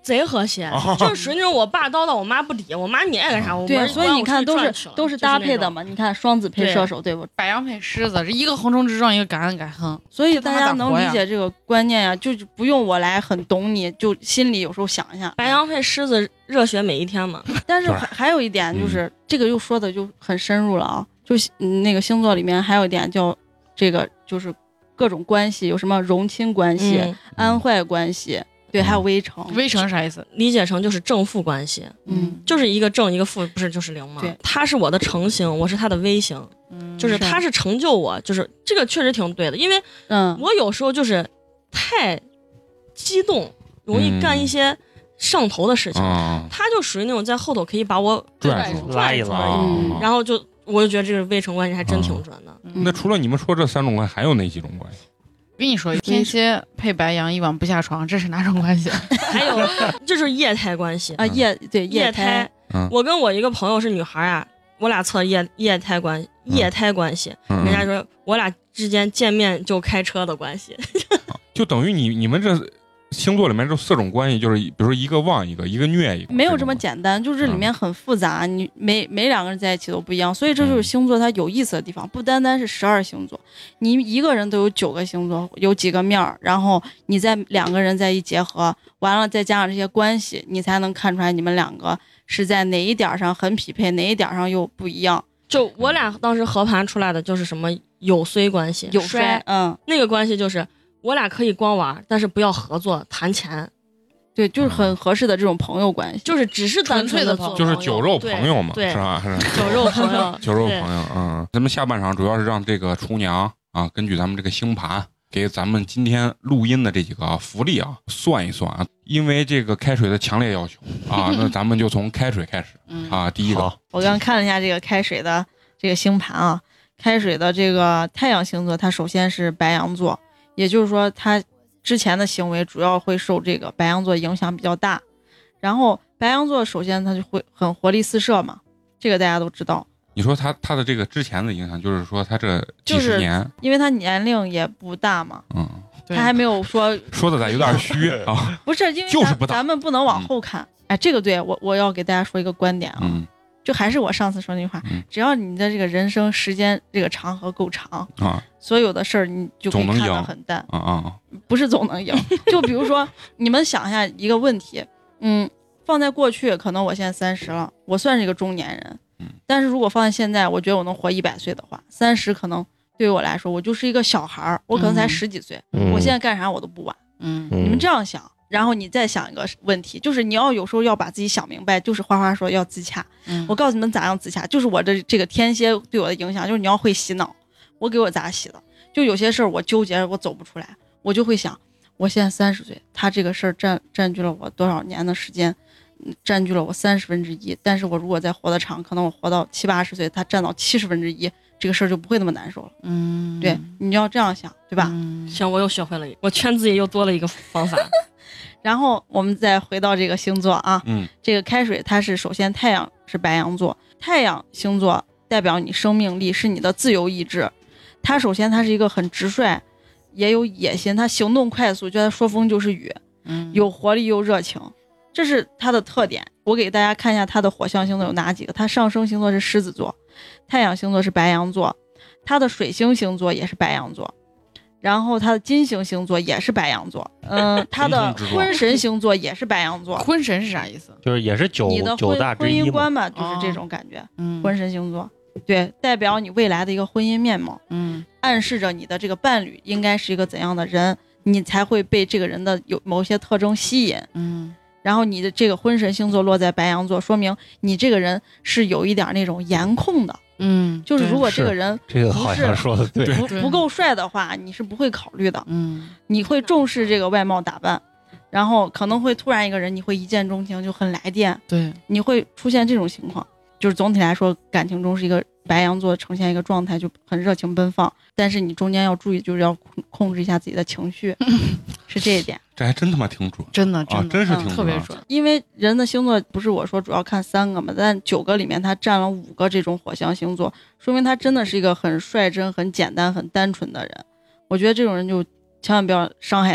贼和谐，就是属于那种我爸叨叨，我妈不理，我妈你爱干啥我。 对，所以你看都是都是搭配的嘛。你看双子配射手，对不？ 白羊配狮子，一个横冲直撞，一个敢爱敢恨， 所以大家能理解这个观念呀，就是不用我来很懂你，就心里有时候想一下。 白羊配狮子，热血每一天嘛。 但是还还有一点就是，这个又说的就很深入了啊。就那个星座里面还有一点叫这个，就是各种关系，有什么荣亲关系、嗯、安坏关系，对，还有微乘。 微乘啥意思？ 理解成就是正负关系， 嗯， 就是一个正一个负，不是就是零吗？ 对， 他是我的成型，我是他的微型，嗯，就是他是成就我，就是这个确实挺对的，因为嗯，我有时候就是太激动，容易干一些上头的事情，嗯、他就属于那种在后头可以把我拽住、拉一拉， 嗯、然后就。我就觉得这个微乘关系还真挺准的。 嗯、那除了你们说这三种关系，还有哪几种关系？ 我跟你说，天蝎配白羊一晚不下床，这是哪种关系？ 还有，这是液态关系啊，液对液胎。 嗯、我跟我一个朋友是女孩啊，我俩测液液态关系，液态关系，嗯、人家说我俩之间见面就开车的关系， 就等于你你们这。星座里面这四种关系，就是比如说一个旺一个，一个虐一个， 没有这么简单，就是里面很复杂，嗯、你每每两个人在一起都不一样，所以这就是星座它有意思的地方，不单单是十二星座，你一个人都有九个星座，有几个面儿，然后你再两个人再一结合，完了再加上这些关系，你才能看出来你们两个是在哪一点上很匹配，哪一点上又不一样。 就我俩当时合盘出来的就是什么有衰关系， 有衰，嗯， 那个关系就是。我俩可以光玩，但是不要合作谈钱， 对，就是很合适的这种朋友关系， 就是只是单纯的朋友， 就是酒肉朋友嘛，是吧？是酒肉朋友， 酒肉朋友。嗯，咱们下半场主要是让这个厨娘啊，根据咱们这个星盘，给咱们今天录音的这几个福利啊算一算啊。因为这个开水的强烈要求啊，那咱们就从开水开始啊。第一个， 我刚看了一下这个开水的这个星盘啊，开水的这个太阳星座，它首先是白羊座。也就是说，他之前的行为主要会受这个白羊座影响比较大。然后白羊座首先他就会很活力四射嘛，这个大家都知道。 你说他他的这个之前的影响，就是说他这几十年， 就是、因为他年龄也不大嘛， 嗯， 他还没有说说的咱有点虚啊， 不是，因为就是不大， 咱们不能往后看。嗯、哎，这个对我我要给大家说一个观点啊。 嗯， 就还是我上次说那句话，嗯、只要你的这个人生时间这个长河够长啊， 所有的事儿你就可以看得很淡啊啊， 不是总能赢。就比如说，你们想一下一个问题，嗯，放在过去，可能我现在三十了，我算是一个中年人，嗯，但是如果放在现在，我觉得我能活一百岁的话，三十可能对于我来说，我就是一个小孩儿，我可能才十几岁，嗯、我现在干啥我都不晚，嗯，你们这样想。然后你再想一个问题，就是你要有时候要把自己想明白，就是花花说要自洽。嗯、我告诉你们咋样自洽，就是我的这个天蝎对我的影响，就是你要会洗脑。我给我咋洗的？就有些事儿我纠结，我走不出来，我就会想，我现在三十岁，他这个事儿占占据了我多少年的时间，占据了我三十分之一。但是我如果再活得长，可能我活到七八十岁，他占到七十分之一，这个事儿就不会那么难受了。嗯，对，你要这样想，对吧？ 嗯、行，我又学会了，我圈自己又多了一个方法。 然后我们再回到这个星座啊， 嗯， 这个开水它是首先太阳是白羊座，太阳星座代表你生命力，是你的自由意志。它首先它是一个很直率，也有野心，它行动快速，觉得说风就是雨，嗯，有活力又热情，这是它的特点。我给大家看一下它的火象星座有哪几个，它上升星座是狮子座，太阳星座是白羊座，它的水星星座也是白羊座。然后他的金星星座也是白羊座，嗯、呃，他的婚神星座也是白羊座。 婚神是啥意思？ 就是也是九你的九大之一婚姻观嘛，就是这种感觉。嗯，婚神星座，对，代表你未来的一个婚姻面貌。嗯，暗示着你的这个伴侣应该是一个怎样的人，你才会被这个人的有某些特征吸引。嗯，然后你的这个婚神星座落在白羊座，说明你这个人是有一点那种颜控的。嗯，就是如果这个人这个好像说的对， 不不够帅的话，你是不会考虑的。嗯，你会重视这个外貌打扮，然后可能会突然一个人你会一见钟情，就很来电。对，你会出现这种情况。就是总体来说，感情中是一个白羊座呈现一个状态，就很热情奔放，但是你中间要注意，就是要控控制一下自己的情绪，是这一点。 这还真他妈挺准， 真的真的、 啊、真是挺准、 嗯，特别准。 因为人的星座不是我说主要看三个嘛，但九个里面他占了五个这种火象星座，说明他真的是一个很率真、很简单、很单纯的人。我觉得这种人就千万不要伤害他，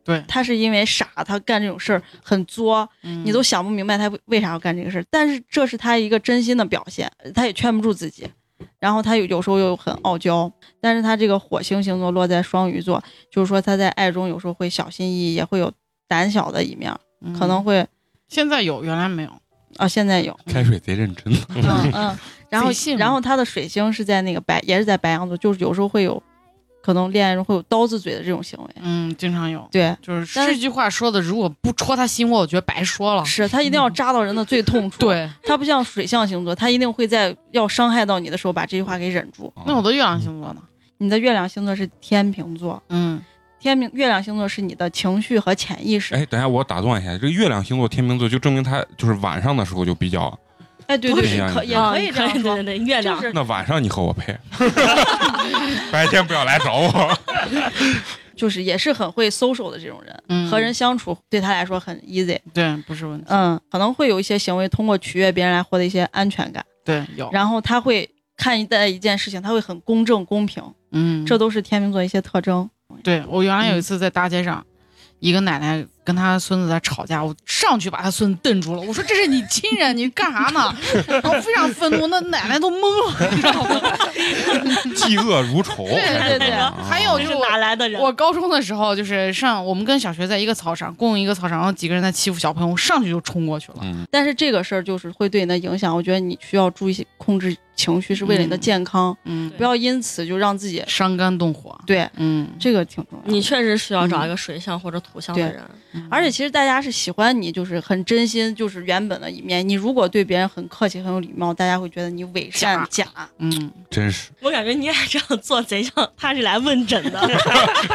对， 他是因为傻，他干这种事儿很作， 嗯、 你都想不明白他为啥要干这个事儿。但是这是他一个真心的表现，他也劝不住自己。然后他有有时候又很傲娇，但是他这个火星星座落在双鱼座，就是说他在爱中有时候会小心翼翼，也会有胆小的一面， 嗯、 可能会现在有，原来没有啊，现在有。 开水贼认真。 嗯嗯，然后然后他的水星是在那个白，也是在白羊座，就是有时候会有。可能恋爱中会有刀子嘴的这种行为， 嗯，经常有， 对， 就是这句话说的，如果不戳他心窝，我觉得白说了。 是他一定要扎到人的最痛处， 对， 他不像水象星座，他一定会在要伤害到你的时候把这句话给忍住。 那我的月亮星座呢？ 你的月亮星座是天秤座， 嗯， 天秤月亮星座是你的情绪和潜意识。 哎，等一下我打断一下，这个月亮星座天秤座就证明他就是晚上的时候就比较。 哎，对对，可也可以这样说， 对对对，月亮。 就是、 那晚上你和我配，白天不要来找我。 就是也是很会 social 的这种人， 嗯、 和人相处对他来说很 easy， 对，不是问题。 嗯，可能会有一些行为通过取悦别人来获得一些安全感， 对，有。 然后他会看待一件事情，他会很公正公平， 嗯， 这都是天秤座一些特征。 对，我原来有一次在大街上。嗯，一个奶奶跟她孙子在吵架，我上去把她孙子瞪住了。我说：“这是你亲人，你干啥呢？”然后非常愤怒，那奶奶都懵了，你知道吗？ 嫉恶如仇。 对对对，还有就是哪来的人？ 我高中的时候，就是上我们跟小学在一个操场，共用一个操场，然后几个人在欺负小朋友，我上去就冲过去了。 嗯， 但是这个事儿就是会对你的影响，我觉得你需要注意控制情绪，是为了你的健康， 嗯， 不要因此就让自己伤肝动火。 对， 嗯， 这个挺重要。 你确实需要找一个水象或者土象的人， 嗯、而且其实大家是喜欢你，就是很真心，就是原本的一面。你如果对别人很客气、很有礼貌，大家会觉得你伪善假。 嗯， 真是。 我感觉你也这样做贼像，他是来问诊的，贼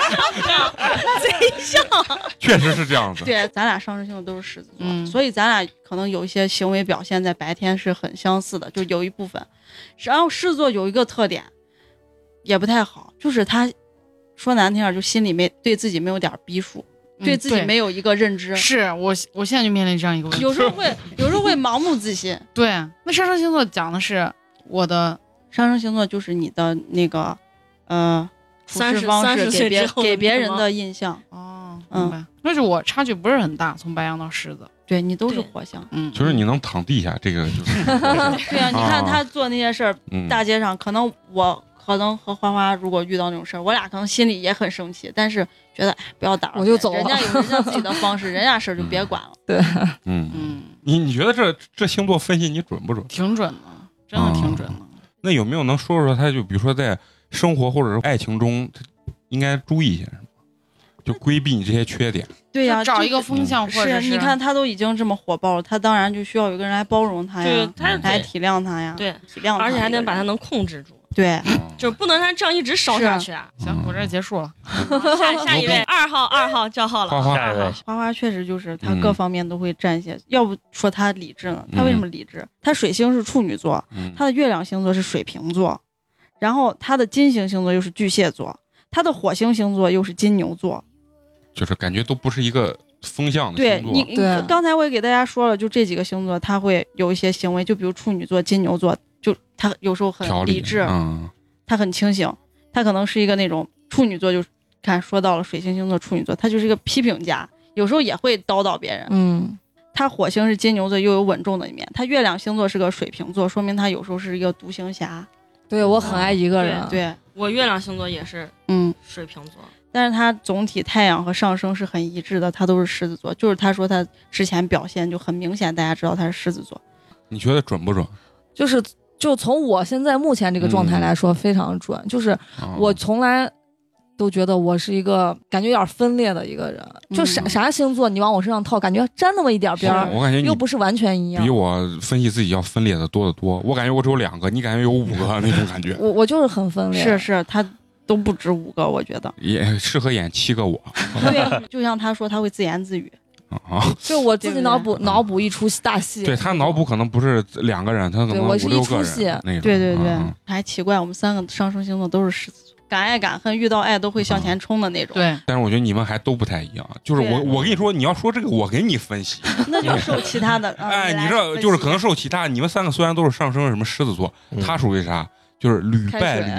像。 确实是这样子。 对，咱俩上升星座都是狮子座， 嗯、 所以咱俩可能有一些行为表现在白天是很相似的，就有一部分。然后狮子座有一个特点，也不太好，就是他说难听点，就心里没对自己没有点逼数。对自己没有一个认知， 嗯、是我我现在就面临这样一个问题， 有时候会有时候会盲目自信。 对，那上升星座讲的是我的上升星座就是你的那个呃处事方式给别给别人的印象。 哦，明白。但是我差距不是很大，从白羊到狮子， 对你都是火象， 嗯， 就是你能躺地下，这个就是。 对啊，你看他做那些事儿， 嗯、 大街上可能我。可能和花花如果遇到那种事儿，我俩可能心里也很生气，但是觉得哎不要打扰， 我就走了。 人家有人家自己的方式，人家事儿就别管了。 对， 嗯嗯，你你觉得这这星座分析你准不准？ 挺准的，真的挺准的。 啊、那有没有能说说他就比如说在生活或者是爱情中，他应该注意一些什么？就规避你这些缺点。 对呀、啊， 找一个风向或者是，你看他都已经这么火爆了，他当然就需要有个人来包容他呀， 对，他来体谅他呀， 对， 体谅他， 而且还得把他能控制住。 对， 就是不能让这样一直烧下去啊！ 行，我这结束了。 下下一位，二号，二号叫号了。 花花， 花花确实就是他各方面都会占一些。要不说他理智呢？他为什么理智？他水星是处女座，他的月亮星座是水瓶座，然后他的金星星座又是巨蟹座，他的火星星座又是金牛座， 就是感觉都不是一个风向的对星座。 你，对，刚才我也给大家说了，就这几个星座，他会有一些行为，就比如处女座、金牛座。就他有时候很理智， 嗯， 他很清醒，他可能是一个那种处女座，就看说到了水星星座处女座，他就是一个批评家，有时候也会叨叨别人。 嗯， 他火星是金牛座，又有稳重的一面。他月亮星座是个水瓶座，说明他有时候是一个独行侠。 对，我很爱一个人。 对，对我月亮星座也是， 嗯， 水瓶座。 但是他总体太阳和上升是很一致的，他都是狮子座。就是他说他之前表现就很明显，大家知道他是狮子座。 你觉得准不准？ 就是。就从我现在目前这个状态来说，非常准。嗯、就是我从来都觉得我是一个感觉有点分裂的一个人，嗯、就啥啥星座你往我身上套，感觉沾那么一点边儿， 我感觉又不是完全一样。 比我分析自己要分裂的多得多。我感觉我只有两个，你感觉有五个那种感觉。 我我就是很分裂。 是是，他都不止五个，我觉得也适合演七个我。 对，就像他说他会自言自语。 啊， 就我自己脑补脑补一出大戏， 对他脑补可能不是两个人，他可能五六个人那种。 对对对，还奇怪，我们三个上升星座都是狮子座，敢爱敢恨，遇到爱都会向前冲的那种。 对， 但是我觉得你们还都不太一样，就是我我跟你说，你要说这个，我给你分析， 那就受其他的。 哎，你这就是可能受其他，你们三个虽然都是上升什么狮子座，他属于啥？就是屡败屡战。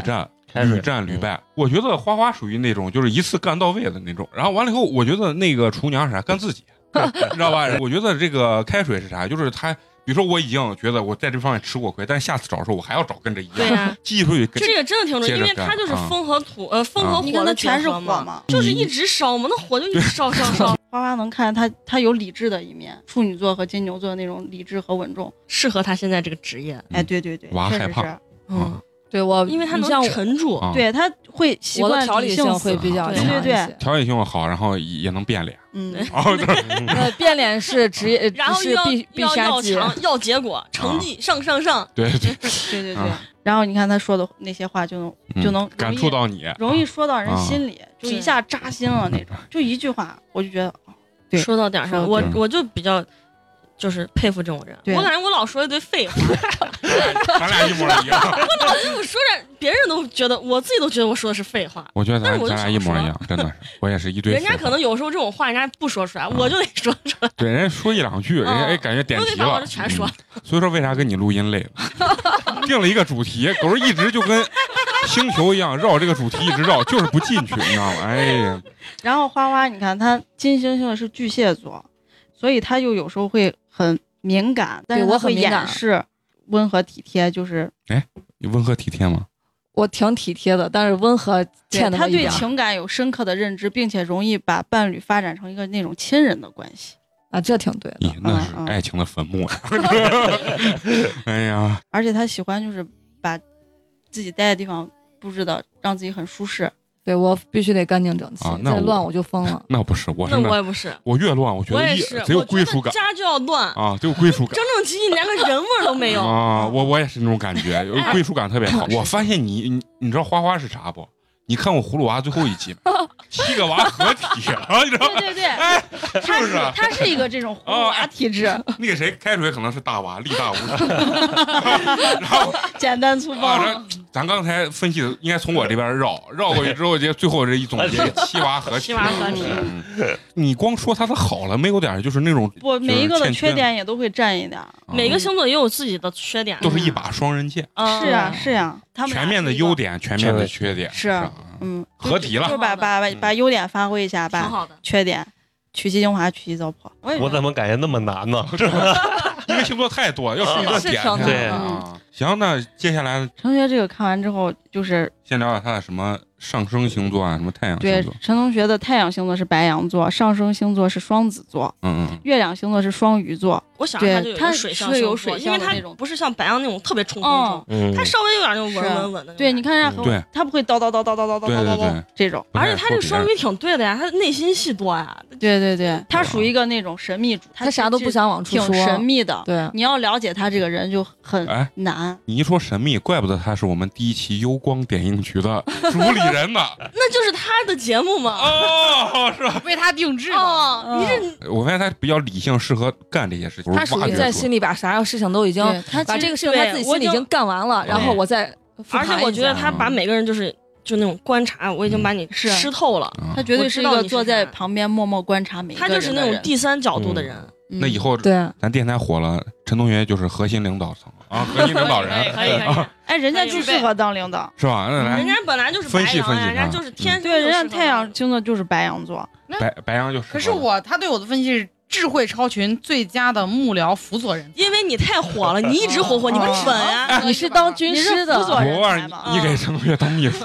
屡战屡败。我觉得花花属于那种就是一次干到位的那种。然后完了以后，我觉得那个厨娘是啥干自己，你知道吧？我觉得这个开水是啥，就是他。比如说，我已经觉得我在这方面吃过亏，但是下次找的时候我还要找跟这一样， 对呀、啊， 继续这个真的挺重要，因为它就是风和土，呃，风和火的全是火嘛，就是一直烧嘛，那火就一直烧烧烧。 花花能看他，他有理智的一面，处女座和金牛座那种理智和稳重， 适合他现在这个职业。 哎，对对对， 娃害怕， 嗯。 对我， 因为他能沉住， 啊、 对他会习惯条理性会比较对对对， 条理性好，然后也能变脸， 嗯， 呃，变脸是职业， 然后要必必杀技， 要结果，成绩上上上， 对对对对对。然后你看他说的那些话，就能就能感触到你， 容易说到人心里，就一下扎心了那种。就一句话，我就觉得，对， 说到点上，我我就比较。就是佩服这种人，我感觉我老说一堆废话， 咱俩一模一样。 我老这么说着，别人都觉得，我自己都觉得我说的是废话。 我觉得咱咱俩一模一样，真的是，我也是一堆。 人家可能有时候这种话，人家不说出来，我就得说出来。 对，人家说一两句，人家哎感觉点题了， 全说。 所以说，为啥跟你录音累了？定了一个主题，狗一直就跟星球一样绕这个主题一直绕，就是不进去，你知道吗？哎呀。 然后花花，你看他金星星的是巨蟹座。所以他又有时候会很敏感，但是我会掩饰温和体贴，就是哎，你温和体贴吗？ 我挺体贴的，但是温和欠那么一点。 他对情感有深刻的认知，并且容易把伴侣发展成一个那种亲人的关系啊，这挺对的。 咦，那是爱情的坟墓呀！哎呀， 而且他喜欢就是把自己待的地方布置的让自己很舒适。 对我必须得干净整齐， 啊、 再乱我就疯了。 那不是，我是那我也不是， 我越乱，我觉得贼有归属感。 家就要乱啊，贼有归属感， 整整齐齐，连个人味都没有啊！我我也是那种感觉，有归属感特别好。我发现你你你知道花花是啥不？你看过《葫芦娃》最后一集吗？七个娃合体啊，你知道吗？ 对对对， 哎，是不是？ 他是一个这种葫芦娃体质。 那个谁，开水可能是大娃，力大无穷。然后简单粗暴。 啊、咱刚才分析的应该从我这边绕绕过去之后，就最后这一总结，七娃合体。 七娃合体。 嗯、你光说他的好了，没有点就是那种我每一个的缺点也都会占一点。 嗯、 每个星座也有自己的缺点， 都是一把双刃剑。 嗯、是呀是呀，他们全面的优点，全面的缺点。 是。嗯， 合体了， 就把把把把优点发挥一下，把缺点取其精华，去其糟粕。 我怎么感觉那么难呢？ 因为星座太多，要说一个点。 对啊，行，那接下来程学这个看完之后，就是先聊聊他的什么上升星座啊，什么太阳星座。 对，陈同学的太阳星座是白羊座，上升星座是双子座， 嗯嗯， 月亮星座是双鱼座。 我想他就有他水象是有水象的那种， 不是像白羊那种特别冲冲冲， 嗯、 他稍微有点那种稳稳稳的。 对，你看人家对， 他不会叨叨叨叨叨叨叨叨叨这种。 而且他这个双鱼挺对的呀，他内心戏多呀。 对对对，他属于一个那种神秘主， 他啥都不想往出说， 挺神秘的。 对， 你要了解他这个人就很难。 你一说神秘，怪不得他是我们第一期幽光点映局的主理人呢。 那就是他的节目嘛。 哦，是吧？ 为他定制的。 哦，你是我发现他比较理性，适合干这些事情。 他属于在心里把啥样事情都已经，把这个事情他自己心里已经干完了，然后我再。 而且我觉得他把每个人就是就那种观察，我已经把你吃透了。 他绝对是一个坐在旁边默默观察每个人。 他就是那种第三角度的人。 那以后对咱电台火了，陈同学就是核心领导层啊，核心领导人。 可以可以。 哎，人家就适合当领导， 是吧？那来， 人家本来就是分析分析， 人家就是天对，人家太阳星座就是白羊座， 白白羊就是。 可是我他对我的分析是。智慧超群，最佳的幕僚辅佐人， 因为你太火了，你一直火火，你不稳呀。 你是当军师的， 辅佐人才嘛？你给陈同学当秘书，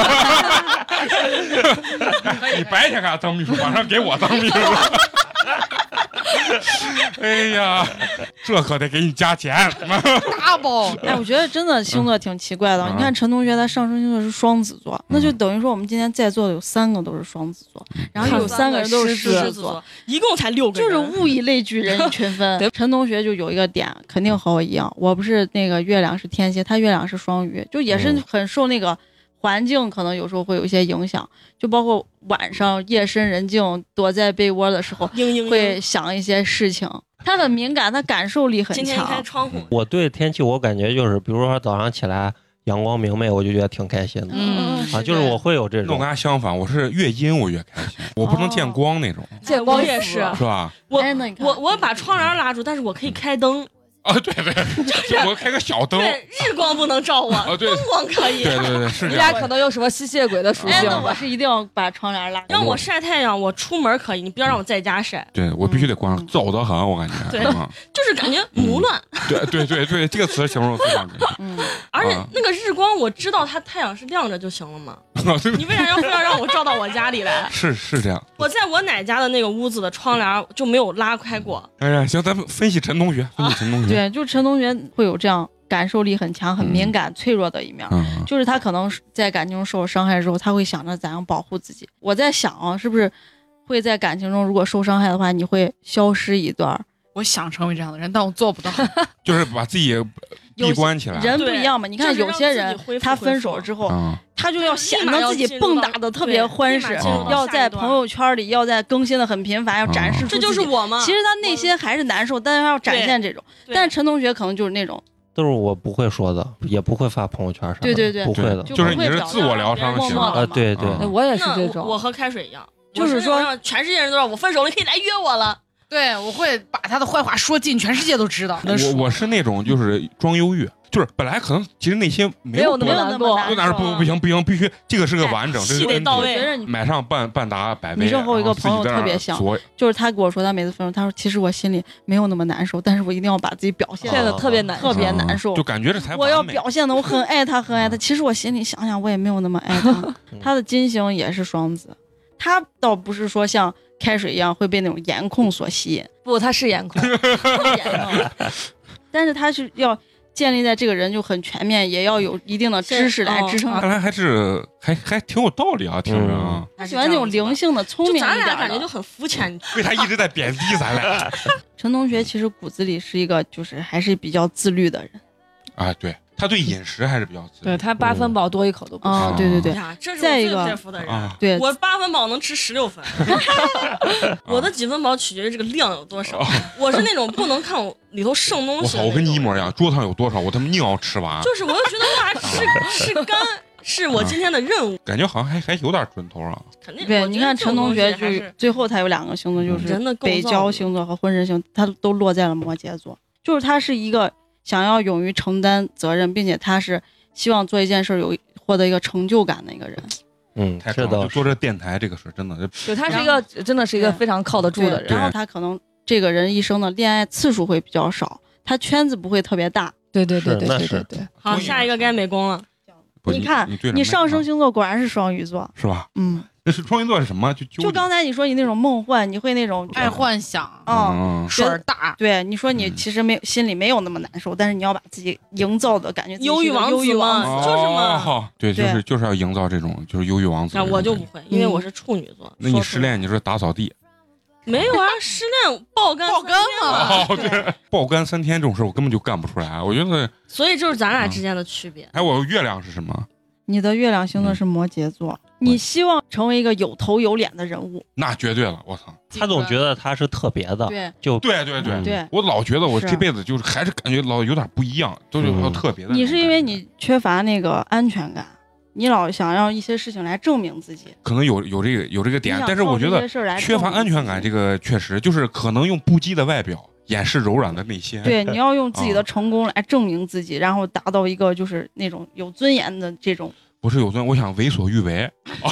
你白天给他当秘书，晚上给我当秘书。哎呀，这可得给你加钱， 大包。 哎，我觉得真的星座挺奇怪的。你看陈同学他上升星座是双子座，那就等于说我们今天在座的有三个都是双子座，然后有三个人都是狮子座， 一共才六个人，就是物以类聚，人以群分。陈同学就有一个点，肯定和我一样，我不是那个月亮是天蝎，他月亮是双鱼，就也是很受那个环境可能有时候会有一些影响，就包括晚上夜深人静躲在被窝的时候会想一些事情，他很敏感，他感受力很强。 今天开窗户， 我对天气我感觉就是比如说早上起来阳光明媚，我就觉得挺开心的。 嗯啊，就是我会有这种。 我跟他相反，我是越阴我越开心，我不能见光那种。 见光也是， 是吧？ 我我我把窗帘拉住，但是我可以开灯。 啊，对对，就我开个小灯， 对，日光不能照我， 啊对灯光可以。 对对对，是你这样俩可能有什么吸血鬼的属性？ 哎，我是一定要把窗帘拉。 让我晒太阳，我出门可以，你不要让我在家晒。 对我必须得关上，燥得很，我感觉。 对，就是感觉胡乱。 对对对对，这个词形容非常准确。 嗯，而且那个日光，我知道它太阳是亮着就行了嘛。你为啥要非要让我照到我家里来？ 是是这样。 我在我奶家的那个屋子的窗帘就没有拉开过。 哎呀，行，咱们分析陈同学，分析陈同学。 对，就陈同学会有这样感受力很强、很敏感、脆弱的一面。 嗯， 就是他可能在感情中受了伤害之后，他会想着怎样保护自己。我在想啊，是不是会在感情中如果受伤害的话，你会消失一段？ 我想成为这样的人，但我做不到。 就是把自己闭关起来。 人不一样嘛，你看有些人他分手之后， 嗯、 他就要显得自己蹦跶的特别欢实，要在朋友圈里要在更新的很频繁，要展示出自己。 这就是我吗？ 其实他内心还是难受，但是他要展现这种。但是陈同学可能就是那种。 都是我不会说的，也不会发朋友圈啥的。 对对对， 不会的， 就是你是自我疗伤型啊，对对， 我也是这种。 我和开水一样， 就是说让全世界人都知道我分手了，可以来约我了。 对，我会把他的坏话说尽，全世界都知道。 我我是那种就是装忧郁，就是本来可能其实内心没有那么难过， 就哪不不行不行，必须这个是个完整，这戏得到位。 买上半半打百倍。 你知道我有一个朋友特别像，就是他跟我说他每次分手，他说其实我心里没有那么难受，但是我一定要把自己表现的特别难， 特别难受， 就感觉这才我要表现的我很爱他很爱他，其实我心里想想我也没有那么爱他。他的金星也是双子，他倒不是说像开水一样会被那种颜控所吸引， 不，他是颜控， 但是他是要建立在这个人就很全面，也要有一定的知识来支撑。 看来还是还还挺有道理啊，听着啊。 他喜欢那种灵性的、聪明一点的。 咱俩感觉就很肤浅。 为啥一直在贬低咱俩？ 陈同学其实骨子里是一个就是还是比较自律的人。 啊，对。他对饮食还是比较自律， 对他八分饱多一口都不吃。 啊，对对对， 这是我最佩服的人。 对， 我八分饱能吃十六分，我的几分饱取决于这个量有多少。我是那种不能看我里头剩东西。 我操，我跟你一模一样，桌子上有多少，我他妈硬要吃完。 就是我就觉得哇，吃吃干是我今天的任务。 感觉好像还还有点准头啊。 肯定。 对，你看陈同学就最后他有两个星座，就是北交星座和婚神星，他都落在了摩羯座，就是他是一个。想要勇于承担责任，并且他是希望做一件事有获得一个成就感的一个人。 嗯， 太棒了！做这电台这个事真的， 对他是一个真的是一个非常靠得住的人。 然后他可能这个人一生的恋爱次数会比较少，他圈子不会特别大。 对对对对对对对。 好，下一个该美工了。 你看，你上升星座果然是双鱼座， 是吧？ 嗯。 那是双鱼座是什么？就就刚才你说你那种梦幻，你会那种爱幻想， 嗯， 水儿大。 对，你说你其实没有心里没有那么难受，但是你要把自己营造的感觉忧郁王子嘛，就是嘛。 对，就是就是要营造这种就是忧郁王子。 我就不会，因为我是处女座。 那你失恋你说打扫地？ 没有啊，失恋爆肝爆肝嘛。哦，对，爆肝三天这种事我根本就干不出来。我觉得， 所以就是咱俩之间的区别。 哎，我月亮是什么？ 你的月亮星座是摩羯座，嗯、你希望成为一个有头有脸的人物， 那绝对了，我操！ 他总觉得他是特别的， 对， 就对对对对， 我老觉得我这辈子就是还是感觉老有点不一样，都有特别的。 你是因为你缺乏那个安全感，你老想要一些事情来证明自己， 可能有有这个有这个点，但是我觉得缺乏安全感，这个确实就是可能用不羁的外表掩饰柔软的内心。 对，你要用自己的成功来证明自己，然后达到一个就是那种有尊严的这种。 不是有尊，我想为所欲为。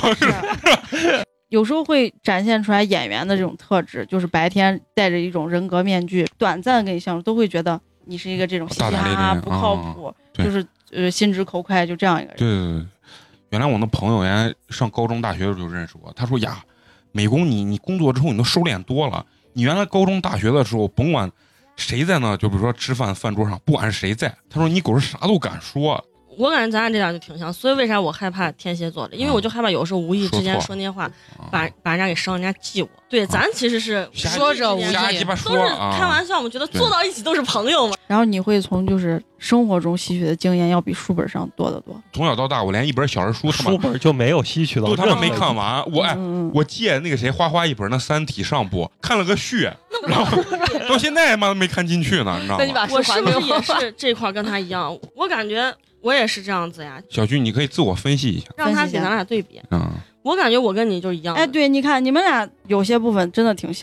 有时候会展现出来演员的这种特质，就是白天戴着一种人格面具，短暂跟你相处都会觉得你是一个这种嘻嘻哈哈不靠谱，就是呃心直口快就这样一个人。 对对对，原来我那朋友原来上高中大学的时候就认识我，他说呀，美工你你工作之后你都收敛多了，你原来高中大学的时候甭管谁在那，就比如说吃饭饭桌上，不管是谁在，他说你狗是啥都敢说。 我感觉咱俩这俩就挺像，所以为啥我害怕天蝎座的？因为我就害怕有时候无意之间说那些话，把把人家给伤，人家记我。对，咱其实是说者无意， 都是开玩笑，我觉得坐到一起都是朋友嘛。 然后你会从就是生活中吸取的经验要比书本上多得多。 从小到大，我连一本小人书书本就没有吸取到， 都他妈没看完。我哎， 嗯、 我借那个谁花花一本那《三体》上部，看了个序，然后到现在妈都没看进去呢，你知道吗？ 我是不是也是这块跟他一样？我感觉。我也是这样子呀， 小军，你可以自我分析一下， 让他给咱俩对比。 嗯， 我感觉我跟你就一样。 哎，对，你看你们俩有些部分真的挺像的。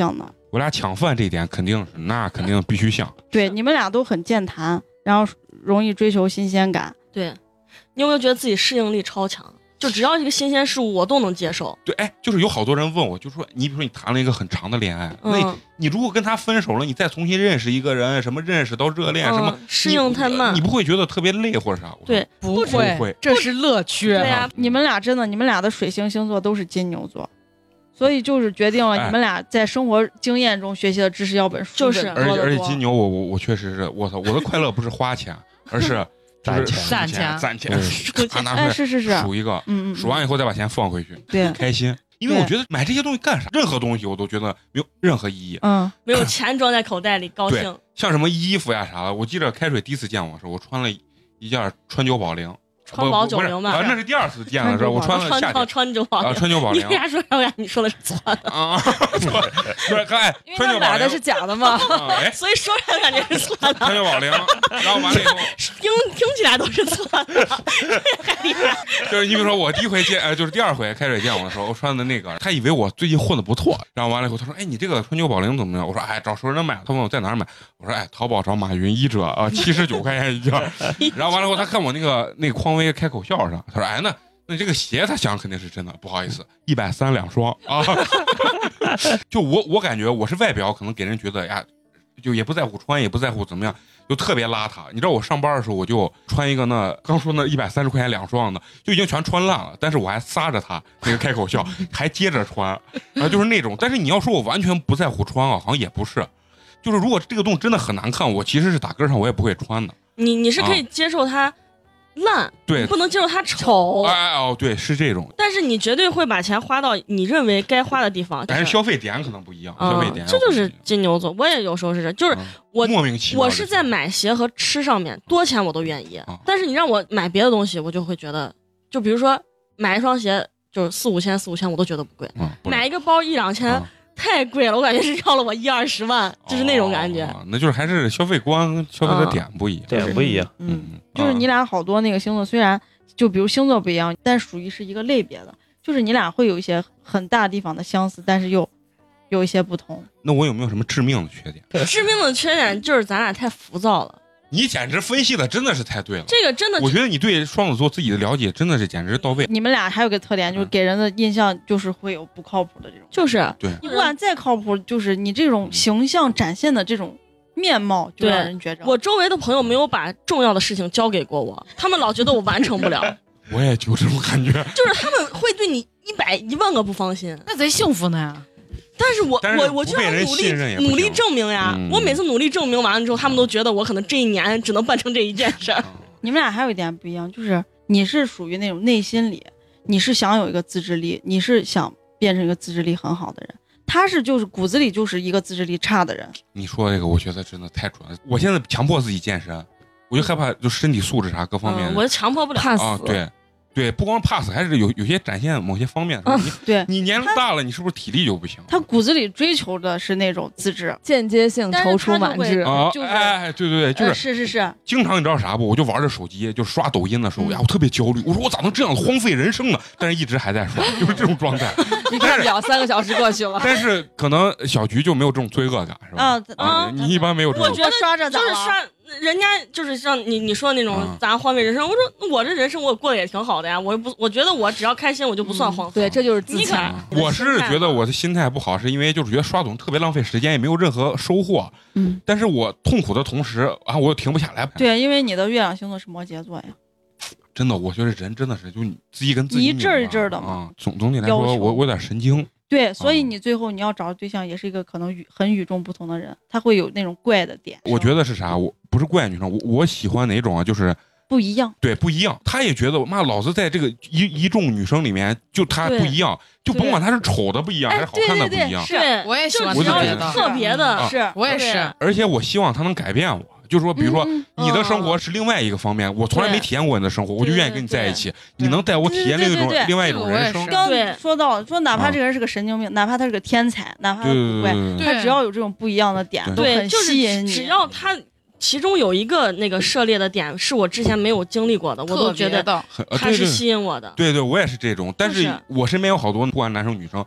我俩抢饭这一点肯定是，那肯定必须像。 对，你们俩都很健谈，然后容易追求新鲜感。 对，你有没有觉得自己适应力超强？就只要一个新鲜事物，我都能接受。 对，哎，就是有好多人问我，就说你比如说你谈了一个很长的恋爱， 嗯、 那你如果跟他分手了，你再重新认识一个人，什么认识到热恋， 嗯、 什么适应太慢， 你不会觉得特别累或者啥？ 对， 不会， 不会， 这是乐趣。 对呀、啊， 你们俩真的，你们俩的水星星座都是金牛座。所以就是决定了你们俩在生活经验中学习的知识要本书就是， 而且而且金牛我我我确实是我操，我的快乐不是花钱，而是攒钱攒钱攒钱，他拿出来是是是数一个， 嗯嗯， 数完以后再把钱放回去， 对， 开心。因为我觉得买这些东西干啥？任何东西我都觉得没有任何意义。 嗯， 没有钱装在口袋里高兴。 像什么衣服呀啥的，我记得开水第一次见我的时候，我穿了一件川久保玲。 川宝九零吧， 啊，那是第二次见的时候，我穿了夏天川久保玲， 啊，川久保玲。 你为啥说让你说的是错的啊？不是，哎，川久保玲的是假的吗？ 哎， 所以说出来感觉是错的。 川久保玲，然后完了以后， 听听起来都是错的，还厉害。 就是你比如说，我第一回见，呃，就是第二回开水见我的时候，我穿的那个，他以为我最近混的不错，然后完了以后，他说，哎，你这个川久保玲怎么样？我说，哎，找熟人买。他问我在哪儿买，我说，哎，淘宝找马云一折啊，七十九块钱一件。然后完了以后，他看我那个那个匡威开口笑上。他说：“哎，那那这个鞋，他想肯定是真的，不好意思，一百三两双啊。”就我我感觉我是外表可能给人觉得呀，就也不在乎穿，也不在乎怎么样，就特别邋遢。你知道我上班的时候，我就穿一个那刚说那一百三十块钱两双的，就已经全穿烂了，但是我还撒着它那个开口笑，还接着穿，啊，就是那种。但是你要说我完全不在乎穿啊，好像也不是。就是如果这个东西真的很难看，我其实是打根上我也不会穿的。 你你是可以接受它。烂， 对， 不能接受它丑。 哎哦，对，是这种。 但是你绝对会把钱花到你认为该花的地方。 但是消费点可能不一样， 嗯、 消费点这就是金牛座。我也有时候是这，就是我、 嗯、莫名其妙。 我是在买鞋和吃上面多钱我都愿意、 嗯， 但是你让我买别的东西，我就会觉得，就比如说买一双鞋就是四五千四五千我都觉得不贵， 嗯、不买一个包一两千。嗯太贵了，我感觉是要了我一二十万，就是那种感觉。 哦、那就是还是消费观、消费的点不一样， 点、嗯、不一样。 嗯，就是你俩好多那个星座，虽然就比如星座不一样，但属于是一个类别的，就是你俩会有一些很大地方的相似，但是又有一些不同。 那我有没有什么致命的缺点？ 致命的缺点就是咱俩太浮躁了。 你简直分析的真的是太对了， 这个真的， 我觉得你对双子座自己的了解真的是简直到位。 你们俩还有个特点，就是给人的印象就是会有不靠谱的这种， 就是对， 你不管再靠谱，就是你这种形象展现的这种面貌，就让人觉着。 我周围的朋友没有把重要的事情交给过我，他们老觉得我完成不了。 我也就这种感觉， 就是他们会对你一百一万个不放心， 那贼幸福呢。 但是我但是我我就要努力努力证明呀、嗯！我每次努力证明完了之后，他们都觉得我可能这一年只能办成这一件事儿。 你们俩还有一点不一样，就是你是属于那种内心里你是想有一个自制力，你是想变成一个自制力很好的人，他是就是骨子里就是一个自制力差的人。 你说这个，我觉得真的太准了。我现在强迫自己健身，我就害怕就身体素质啥各方面， 嗯、我强迫不了， 怕死。 啊，对。对，不光怕死，还是有有些展现某些方面。 嗯、 你对， 你年龄大了，你是不是体力就不行？ 他骨子里追求的是那种自制， 间接性踌躇满志啊！ 就是、 哎，对对对，就是、 呃、是是是。 经常你知道啥不？我就玩着手机，就刷抖音的时候，嗯、呀，我特别焦虑。我说我咋能这样荒废人生呢？但是一直还在刷，就是这种状态。 你看表，三个小时过去了。 但是可能小菊就没有这种罪恶感，是吧？ 啊啊！你一般没有这种。 我觉得刷着就是刷。人家就是像你你说的那种咱荒废人生，嗯、我说我这人生我过得也挺好的呀，我不我觉得我只要开心我就不算荒废。 嗯、对，这就是自洽。 我是觉得我的心态不好，是因为就是觉得刷抖音特别浪费时间，也没有任何收获。 嗯， 但是我痛苦的同时啊，我又停不下来。 对，因为你的月亮星座是摩羯座呀。 真的，我觉得人真的是就你自己跟自己一阵一阵的嘛。 啊，总总体来说，我我有点神经。 对，所以你最后你要找的对象也是一个可能与很与众不同的人，他会有那种怪的点。 我觉得是啥？我不是怪女生，我我喜欢哪种啊？就是不一样。 对，不一样。他也觉得妈，老子在这个一一众女生里面，就他不一样，就甭管他是丑的不一样，还是好看的不一样。 是， 我也喜欢特别的，特别的， 是我也是。 而且我希望他能改变我。就是说，比如说你的生活是另外一个方面，我从来没体验过你的生活，我就愿意跟你在一起。你能带我体验另一种另外一种人生。 刚说到说，哪怕这个人是个神经病，哪怕他是个天才，哪怕他古怪，他只要有这种不一样的点，都很吸引你。 只要他其中有一个那个涉猎的点是我之前没有经历过的，我都觉得他是吸引我的。 对对，我也是这种。但是我身边有好多不管男生女生，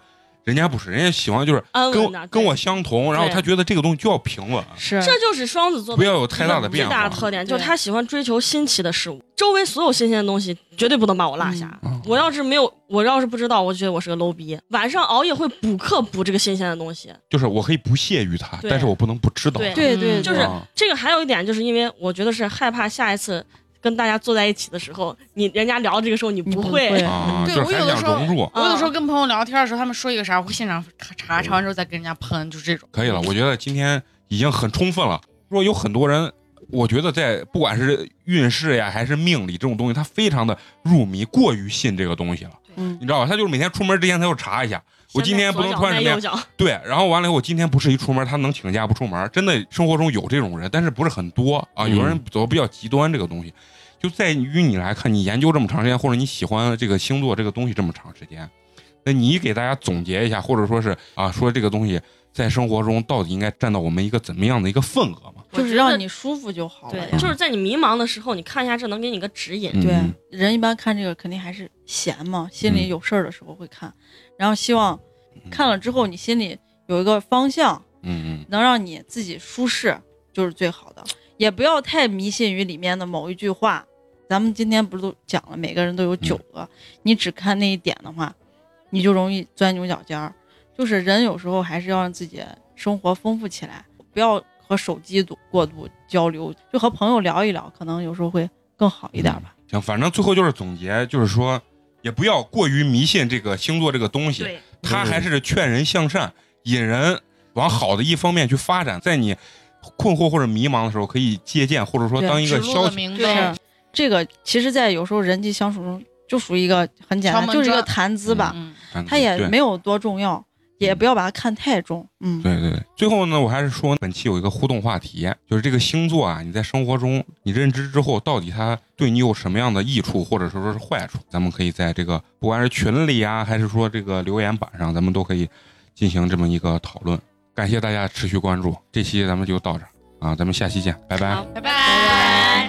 人家不是，人家喜欢就是跟跟我相同，然后他觉得这个东西就要平稳。 是，这就是双子座的不要有太大的变化。 最大的特点就是他喜欢追求新奇的事物，周围所有新鲜的东西绝对不能把我落下。嗯、我要是没有，我要是不知道，我觉得我是个 low 逼。晚上熬夜会补课补这个新鲜的东西， 就是我可以不屑于它，但是我不能不知道。 对对 对, 对， 就是这个。还有一点，就是因为我觉得是害怕下一次。跟大家坐在一起的时候，你人家聊这个时候你不会， 对、啊、 对我有的时候， 我有的时候跟朋友聊天的时候，他们说一个啥，我会现场查，查完之后再跟人家喷，就是这种。 可以了，我觉得今天已经很充分了。说有很多人，我觉得在不管是运势呀，还是命理这种东西，他非常的入迷，过于信这个东西了。嗯，你知道吧？他就是每天出门之前他就查一下，我今天不能穿什么呀？对，然后完了以后，我今天不是一出门他能请假不出门，真的生活中有这种人，但是不是很多啊。有人走比较极端，这个东西。就在于你来看，你研究这么长时间，或者你喜欢这个星座这个东西这么长时间，那你给大家总结一下，或者说是啊，说这个东西在生活中到底应该占到我们一个怎么样的一个份额嘛？ 就是让你舒服就好了。 对，就是在你迷茫的时候，你看一下这能给你个指引。 对，人一般看这个肯定还是闲嘛，心里有事儿的时候会看，嗯、然后希望看了之后你心里有一个方向， 嗯嗯， 能让你自己舒适就是最好的，也不要太迷信于里面的某一句话。咱们今天不是都讲了，每个人都有九个，嗯、你只看那一点的话，你就容易钻牛角尖儿。就是人有时候还是要让自己生活丰富起来，不要和手机过度交流，就和朋友聊一聊，可能有时候会更好一点吧。 嗯、行，反正最后就是总结，就是说，也不要过于迷信这个星座这个东西，它还是劝人向善，引人往好的一方面去发展。在你困惑或者迷茫的时候，可以借鉴，或者说当一个消息。 对，这个其实在有时候人际相处中就属于一个很简单，就是一个谈资吧， 嗯、 它也没有多重要，也不要把它看太重。嗯， 对对对。最后呢，我还是说本期有一个互动话题，就是这个星座啊，你在生活中你认知之后，到底它对你有什么样的益处，或者说是坏处？咱们可以在这个不管是群里啊，还是说这个留言板上，咱们都可以进行这么一个讨论。感谢大家持续关注，这期咱们就到这儿啊，咱们下期见，拜拜， 拜拜。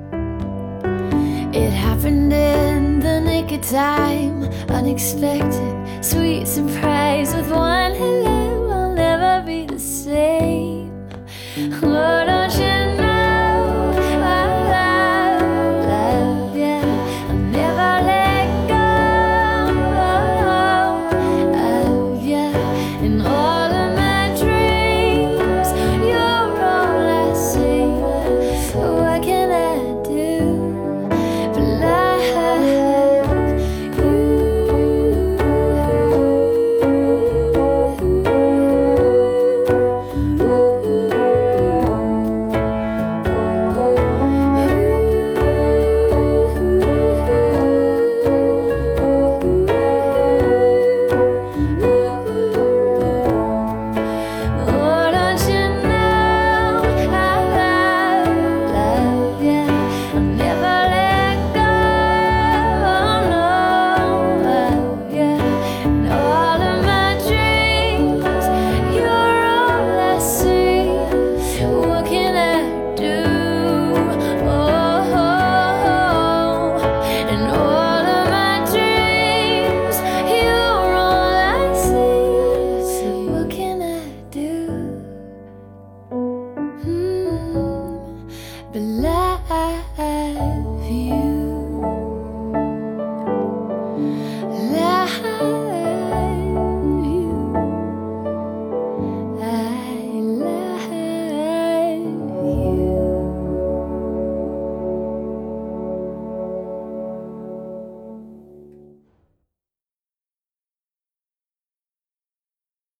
It happened in the nick of time, unexpected, sweet surprise with one